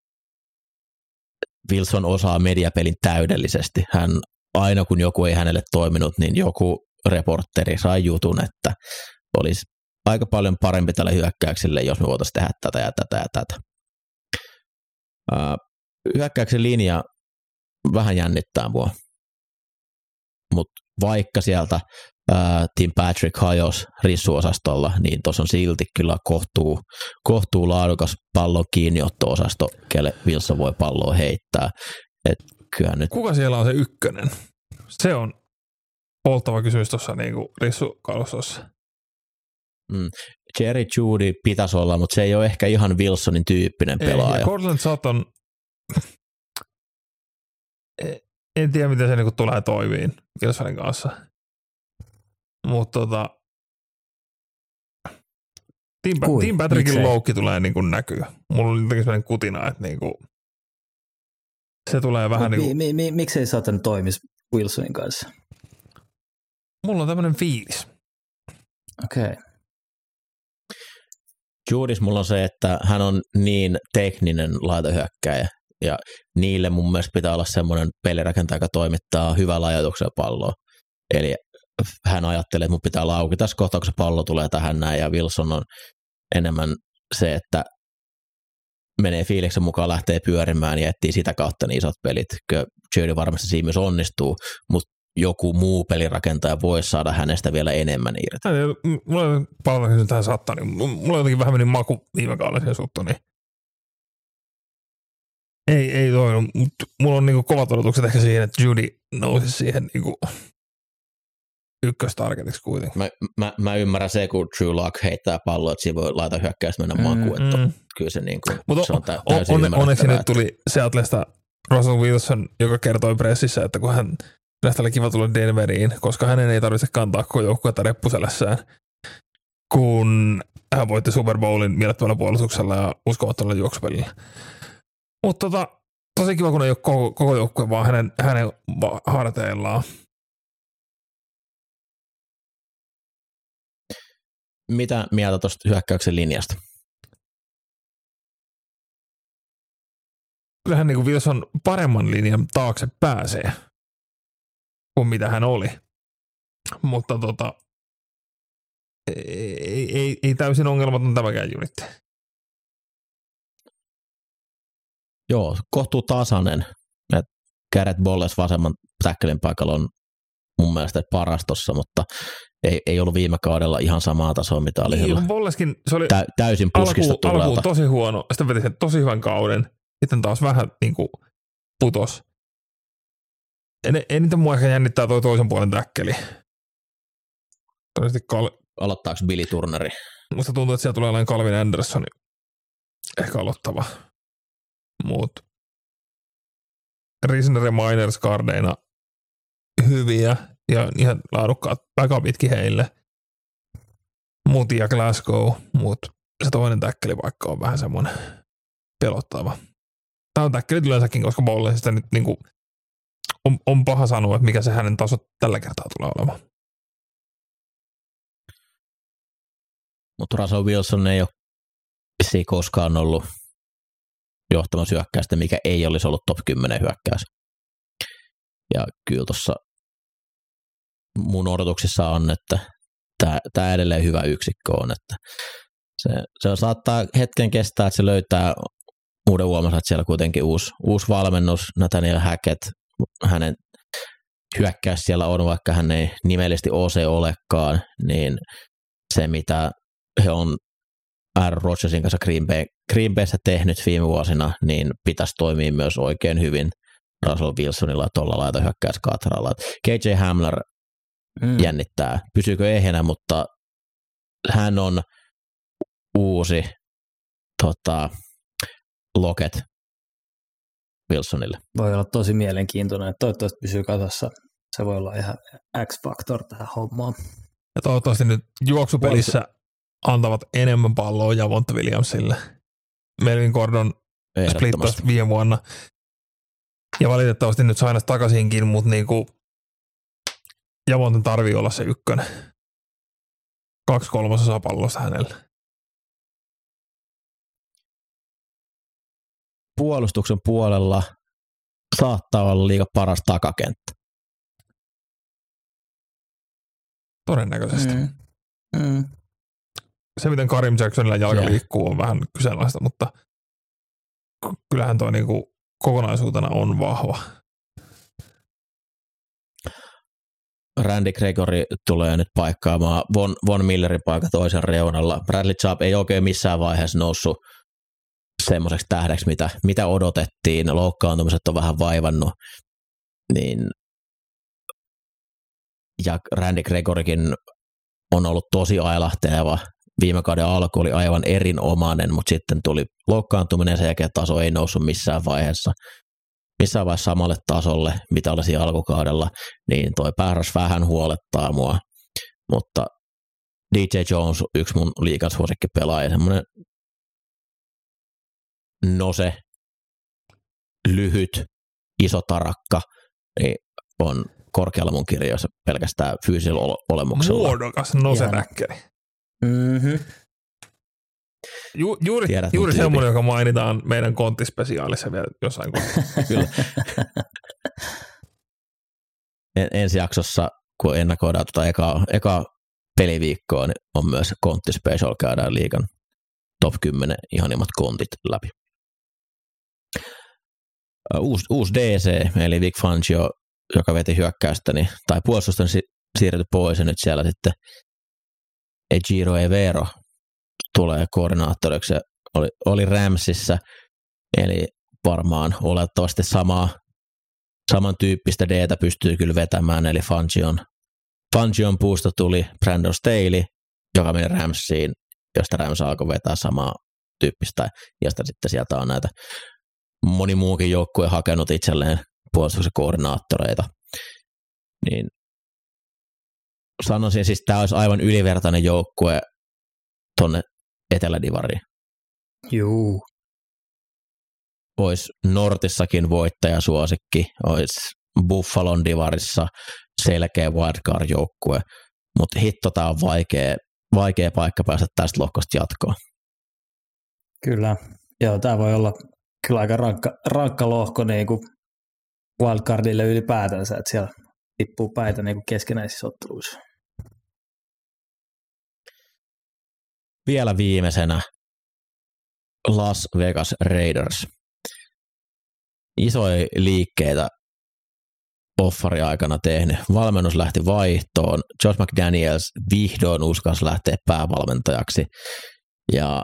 Wilson osaa mediapelin täydellisesti. Hän aina kun joku ei hänelle toiminut, niin joku reporteri sai jutun, että olisi aika paljon parempi tälle hyökkäykselle, jos me voitaisiin tehdä tätä ja tätä ja tätä. Uh, hyökkäyksen linja vähän jännittää mua, mutta vaikka sieltä ää, Tim Patrick hajos rissuosastolla, niin tuossa on silti kyllä kohtuu, kohtuu laadukas pallon kiinniotto-osasto, kelle Wilson voi palloa heittää. Et kyllä nyt... Kuka siellä on se ykkönen? Se on polttava kysymys tuossa niinku rissukalustossa. Mm. Jerry Jeudy pitäisi olla, mutta se ei ole ehkä ihan Wilsonin tyyppinen pelaaja. Ei, ja Courtland Sutton, en tiedä miten se niinku tulee toimiin Wilsonin kanssa. Mutta tota, Tim, Kui, Tim Patrickin miksei? Loukki tulee niinku näkyä. Mulla on jotenkin sellainen kutina, että niinku, se tulee vähän mi, niinku... Mi, mi, miksei Sutton toimisi Wilsonin kanssa? Mulla on tämmöinen fiilis. Okei. Okay. Judis mulla on se, että hän on niin tekninen laitahyökkäjä ja niille mun mielestä pitää olla semmoinen pelirakentaja, joka toimittaa hyvällä ajatuksella palloa. Eli hän ajattelee, että mun pitää lauki tässä kohtaa, kun se pallo tulee tähän näin ja Wilson on enemmän se, että menee fiiliksen mukaan, lähtee pyörimään ja etsii sitä kautta niin isot pelit. Kyllä Jeudy varmasti siinä myös onnistuu, mutta joku muu pelirakentaja voisi saada hänestä vielä enemmän irti. Mulla on paljon kysymys tähän saattaa, niin mulla on jotenkin vähän meni maku viime kaudella siihen suttu, niin ei, ei toinut, mutta mulla on niinku kovat odotukset ehkä siihen, että Jeudy nousisi siihen niinku ykköstargetiksi kuitenkin. Mä, mä, mä ymmärrän se, kun Drew Lock heittää palloa, että siinä voi laita hyökkäys mennä mm, makuun, että mm. kyllä se, niinku, Mut se on tä, on, täysin on, ymmärrettävää. Onneksi nyt tuli Seattleista Russell Wilson, joka kertoi pressissä, että kun hän näistä oli kiva tulla Denveriin, koska hänen ei tarvitse kantaa koko joukkuetta reppuselässään, kun hän voitti Super Bowlin mielettömällä puolustuksella ja uskomattomalla juoksupelillä. Mutta tota, tosi kiva, kun ei ole koko, koko joukkue, vaan hänen, hänen harteillaan. Mitä mieltä tuosta hyökkäyksen linjasta? Kyllähän niin kuin Wilson paremman linjan taakse pääsee kuin mitä hän oli. Mutta tota, ei, ei, ei täysin ongelmaton tämäkään junitti. Joo, kohtuu tasainen. Garrett Bolles vasemman täkkelin paikalla on mun mielestä paras tossa, mutta ei, ei ollut viime kaudella ihan samaa tasoa, mitä oli niin, Bolleskin, se oli tä, täysin puskista alkuun, tulleelta. Alkuun tosi huono, sitten veti sen tosi hyvän kauden, sitten taas vähän niin kuin putos. En, en niitä mua ehkä jännittää toi toisen puolen täkkeli. Kal- Aloittaako Billy Turneri? Musta tuntuu, että siellä tulee olemaan Calvin Anderson ehkä aloittava. Mut Risner ja Miners kardeina hyviä ja ihan laadukkaat takapitki heille. Muti ja Glasgow, mut se toinen täkkeli vaikka on vähän semmoinen pelottava. Tämä on täkkelit yleensäkin, koska Bowlesista nyt niinku on, on paha sanoa, että mikä se hänen taso tällä kertaa tulee olemaan. Mutta Russell Wilson ei ole ei koskaan ollut johtamassa hyökkäystä, mikä ei olisi ollut top kymmenen hyökkäys. Ja kyllä tuossa mun odotuksissa on, että tämä edelleen hyvä yksikkö on, että se, se saattaa hetken kestää, että se löytää uuden huomassa, että siellä kuitenkin uusi, uusi valmennus, Nathaniel Hackett, hänen hyökkäys siellä on, vaikka hän ei nimellisesti O C olekaan, niin se mitä he on Aaron Rodgersin kanssa Green, Bay, Green Bayssä tehnyt viime vuosina, niin pitäisi toimia myös oikein hyvin Russell Wilsonilla tuolla laita hyökkäyskatralla. K J Hamler mm. jännittää, pysyykö ehjänä, mutta hän on uusi tota, Lockett Wilsonille. Voi olla tosi mielenkiintoinen, että toivottavasti pysyy kasassa. Se voi olla ihan X-faktor tähän hommaan. Ja toivottavasti nyt juoksupelissä antavat enemmän palloa Javonte Williamsille. Melvin Gordon splittasi viime vuonna. Ja valitettavasti nyt sain takaisinkin, mutta niinku Javonten tarvii olla se ykkönen. Kaksi kolmasosaa pallosta hänelle. Puolustuksen puolella saattaa olla liiga paras takakenttä. Todennäköisesti. Mm. Mm. Se, miten Karim Jacksonilla jalka yeah. liikkuu, on vähän kyseenalaista, mutta kyllähän tuo niinku kokonaisuutena on vahva. Randy Gregory tulee nyt paikkaamaan Von, Von Millerin paikka toisen reunalla. Bradley Chubb ei oikein missään vaiheessa noussut semmoiseksi tähdeksi, mitä, mitä odotettiin. Loukkaantumiset on vähän vaivannut. Niin, ja Randy Gregorykin on ollut tosi ailahteleva. Viime kauden alku oli aivan erinomainen, mutta sitten tuli loukkaantuminen ja sen jälkeen taso ei noussut missään vaiheessa. Missään vaiheessa samalle tasolle, mitä olisi alkukaudella, niin toi pääräs vähän huolettaa mua. Mutta D J Jones, yksi mun liigan suosikkipelaaja, semmoinen nose, lyhyt, iso tarakka, niin on korkealla mun kirjoissa pelkästään fyysisellä olemuksella. Muodokas noseräkkäri. Mm-hmm. Ju, juuri Tiedät juuri semmoinen, joka mainitaan meidän konttispesiaalissa vielä jossain kohtaa. Kyllä. En, ensi jaksossa, kun ennakoidaan tuota eka, eka peliviikkoa, niin on myös konttispecial, käydään liigan top kymmenen ihanimmat kontit läpi. Uusi, uusi D C, eli Vic Fangio, joka veti hyökkäystä, niin, tai puolustusta, niin siirtyi pois, ja nyt siellä sitten Ejiro Evero tulee koordinaattoriksi, oli, oli Ramsissa, eli varmaan olettavasti samaa, samantyyppistä D:tä pystyy kyllä vetämään, eli Fangion, Fangion puusta tuli Brandon Staley, joka meni Ramsiin, josta Rams alkoi vetää samaa tyyppistä, ja sitten sieltä on näitä moni muukin joukkue hakenut itselleen puolustuksen koordinaattoreita, niin sanoisin siis, että tämä olisi aivan ylivertainen joukkue tuonne Etelä-divariin. Juu. Olisi Nortissakin voittajasuosikki, olisi Buffalon divarissa selkeä wildcard-joukkue, mutta hitto, tämä on vaikea, vaikea paikka päästä tästä lohkosta jatkoon. Kyllä, joo, tämä voi olla kyllä aika rankka, rankka lohko niin kuin wildcardille ylipäätänsä, että siellä tippuu päitä niin kuin keskinäisissä otteluissa. Vielä viimeisenä Las Vegas Raiders. Isoja liikkeitä offari aikana tehnyt. Valmennus lähti vaihtoon. Josh McDaniels vihdoin uskalsi lähteä päävalmentajaksi. Ja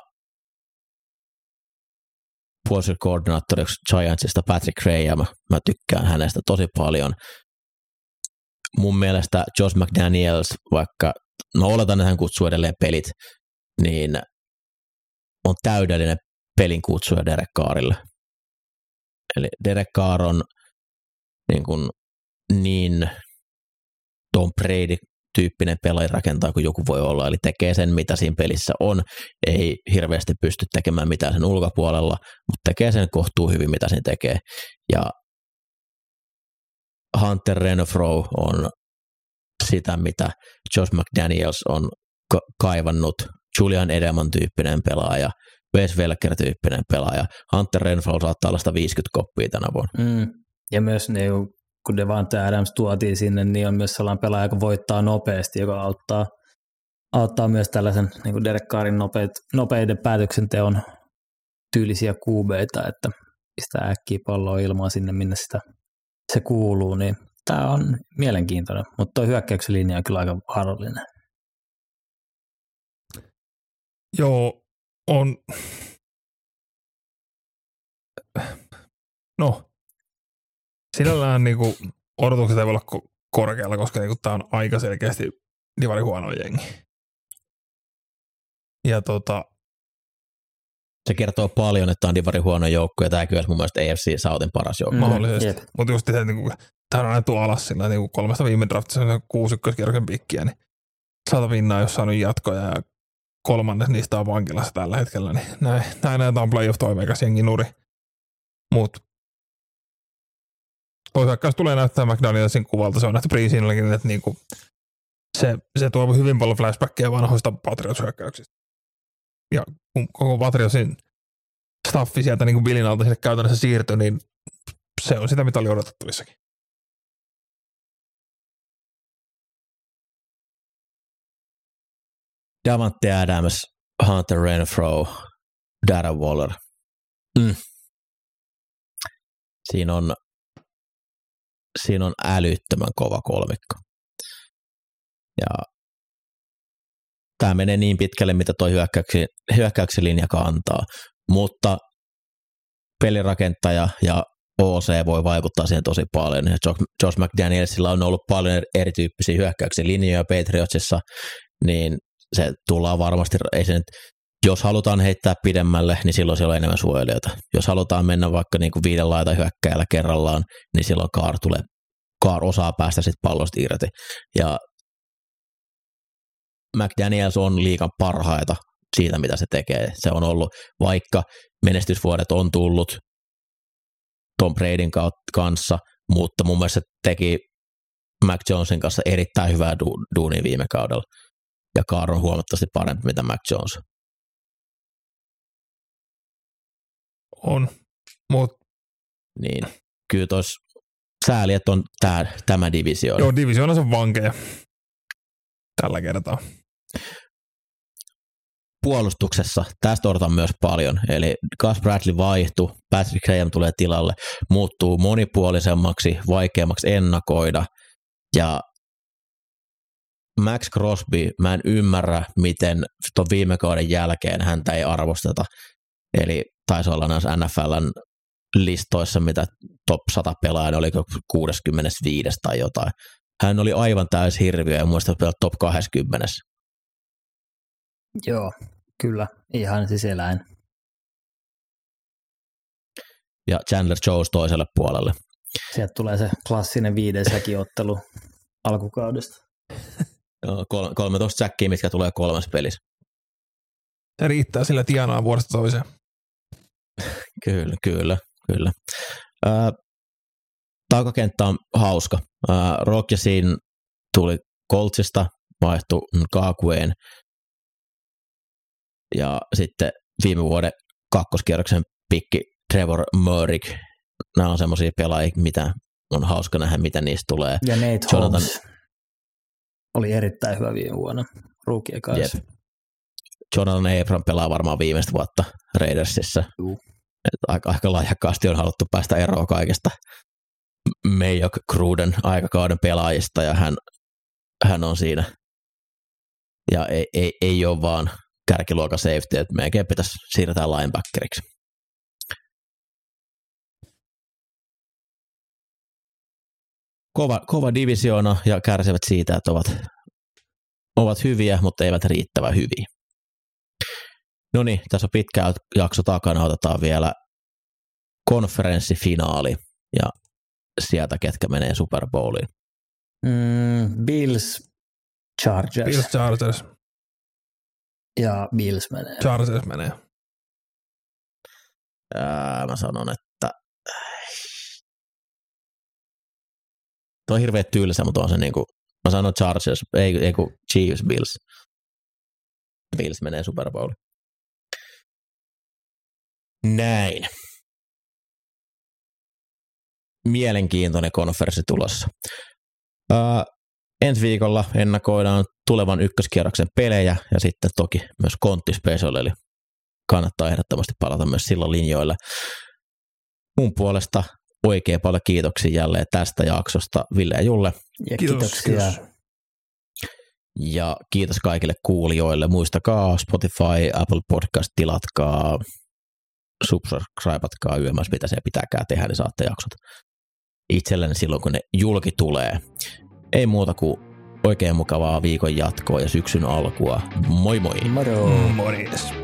puolustuskoordinaattoriksi Giantsista Patrick Graham. Mä tykkään hänestä tosi paljon. Mun mielestä Josh McDaniels, vaikka no oletan, että hän kutsuu edelleen pelit, niin on täydellinen pelin kutsuja Derek Carrille. Eli Derek Carr on niin, kuin niin Tom Brady-tyyppinen pelaajarakentaja kuin joku voi olla, eli tekee sen, mitä siinä pelissä on, ei hirveästi pysty tekemään mitään sen ulkopuolella, mutta tekee sen kohtuu hyvin, mitä sen tekee. Ja Hunter Renfrow on sitä, mitä Josh McDaniels on ka- kaivannut, Julian Edelman-tyyppinen pelaaja, Wes Welker-tyyppinen pelaaja. Hunter Renfrow saattaa olla sitä viisikymmentä koppia tänä vuonna. Mm. Ja myös ne, kun Devante Adams tuotiin sinne, niin on myös sellainen pelaaja, joka voittaa nopeasti, joka auttaa, auttaa myös tällaisen niin kuin Derek Carrin nopeid, nopeiden päätöksenteon tyylisiä kuubeita, että pistää äkkiä palloa ilmaa sinne, minne sitä se kuuluu, niin tämä on mielenkiintoinen, mutta tuo hyökkäyksen linja on kyllä aika vaarallinen. Joo, on. No, sinällään niinku odotukset ei voi olla ko- korkealla, koska niinku tämä on aika selkeästi divari huono jengi. Ja tota, se kertoo paljon, että on divari huono joukko, ja tämä kyllä mun mielestä A F C Southin paras joukko. Mahdollisesti, mm, mutta just se, että niinku, tämä on annettu alas sillä niinku kolmesta viime draftissa kuusi ykköskierroksen pikkiä, niin saata vinnaa, jos saanut jatkoja, ja kolmannes niistä on vankilassa tällä hetkellä, niin näin, näin näytetään playoff-toimeikas jengi nuri. Mutta toisaalta tulee näyttää McDanielsin kuvalta, se on nähty preseasonillakin, että niinku se, se tuo hyvin paljon flashbackia vanhoista Patriots-hyökkäyksistä. Ja kun koko Patriotsin staffi sieltä niin kuin Billin alta sinne käytännössä siirtyi, niin se on sitä, mitä oli odotettuissakin. Davante Adams, Hunter Renfrow, Darren Waller. Mm. Siinä on, siinä on älyttömän kova kolmikko. Ja tämä menee niin pitkälle, mitä tuo hyökkäyksen, hyökkäyksen linja kantaa, mutta pelirakentaja ja O C voi vaikuttaa siihen tosi paljon. Ja Josh McDanielsilla on ollut paljon erityyppisiä hyökkäyksen linjoja Patriotsissa, niin se tullaan varmasti, ei se nyt, jos halutaan heittää pidemmälle, niin silloin siellä on enemmän suojelijoita. Jos halutaan mennä vaikka niin kuin viiden laita hyökkääjällä kerrallaan, niin silloin Carr tulee, Carr osaa päästä sitten pallosta irti. Ja McDaniels on liigan parhaita siitä, mitä se tekee. Se on ollut, vaikka menestysvuodet on tullut Tom Bradyn kanssa, mutta mun mielestä se teki Mac Jonesin kanssa erittäin hyvää du- duunia viime kaudella. Ja Carr on huomattavasti parempi, mitä Mac Jones. On, mutta niin kyllä tuossa sääli, että on tää, tämä divisioona. Joo, divisioonassa on vankeja tällä kertaa. Puolustuksessa tästä odotan myös paljon, eli Gus Bradley vaihtui, Patrick Graham tulee tilalle, muuttuu monipuolisemmaksi, vaikeammaksi ennakoida, ja Max Crosby, mä en ymmärrä, miten tuon viime kauden jälkeen häntä ei arvosteta, eli taisi olla näissä N F L:n listoissa, mitä top sata pelaaja, oliko kuusikymmentäviisi tai jotain. Hän oli aivan täys hirviö ja muista pelaa top kaksikymmentä. Joo, kyllä, ihan siis eläin. Ja Chandler Jones toiselle puolelle. Sieltä tulee se klassinen viiden säkiottelu alkukaudesta. Joo, kolmetoista säkkiä, mitkä tulee kolmessa pelissä. Se riittää sillä tienaa vuodesta toiseen. Kyllä, kyllä, kyllä. Äh, Takakenttä on hauska. Äh, Rodgersin tuli Coltsista, vaihtui Ngakouen ja sitten viime vuoden kakkoskierroksen pikki Trevor Murrick. Nämä on semmoisia pelaajia, mitä on hauska nähdä, mitä niistä tulee. Ja Nate Jonathan Holmes oli erittäin hyvä viime vuonna ruukien kanssa. Jep. Jonathan Abram pelaa varmaan viimeistä vuotta Raidersissa. Juu. Aika, aika lahjakkaasti on haluttu päästä eroon kaikesta Mayock Gruden aikakauden pelaajista, ja hän, hän on siinä. Ja ei, ei, ei ole vaan kärkiluokan safety, että melkein pitäisi siirtää linebackeriksi. Kova, kova divisioona ja kärsivät siitä, että ovat, ovat hyviä, mutta eivät riittävän hyviä. No niin, tässä on pitkä jakso takana, otetaan vielä konferenssifinaali ja sieltä ketkä menee Super Bowliin. Mm, Bills, Chargers. Bills, Chargers. Ja Bills menee. Chargers menee. Ää, mä sanon, että tuo on hirveän tylsä, mutta on se niinku, mä sanon Chargers, ei, ei kun Chiefs, Bills. Bills menee Super Bowliin. Näin. Mielenkiintoinen konferenssi tulossa. Öö, ensi viikolla ennakoidaan tulevan ykköskierroksen pelejä ja sitten toki myös konttispecial, eli kannattaa ehdottomasti palata myös silloin linjoille. Mun puolesta oikein paljon kiitoksia jälleen tästä jaksosta Ville ja Julle. Ja Kiitos, kiitoksia. kiitos. Ja kiitos kaikille kuulijoille. Muistakaa Spotify, Apple Podcast, tilatkaa, subscribeatkaa yömässä, mitä se pitääkään tehdä, niin saatte jaksot itsellenne silloin, kun ne julki tulee. Ei muuta kuin oikein mukavaa viikon jatkoa ja syksyn alkua. Moi moi! Moro! Morjes.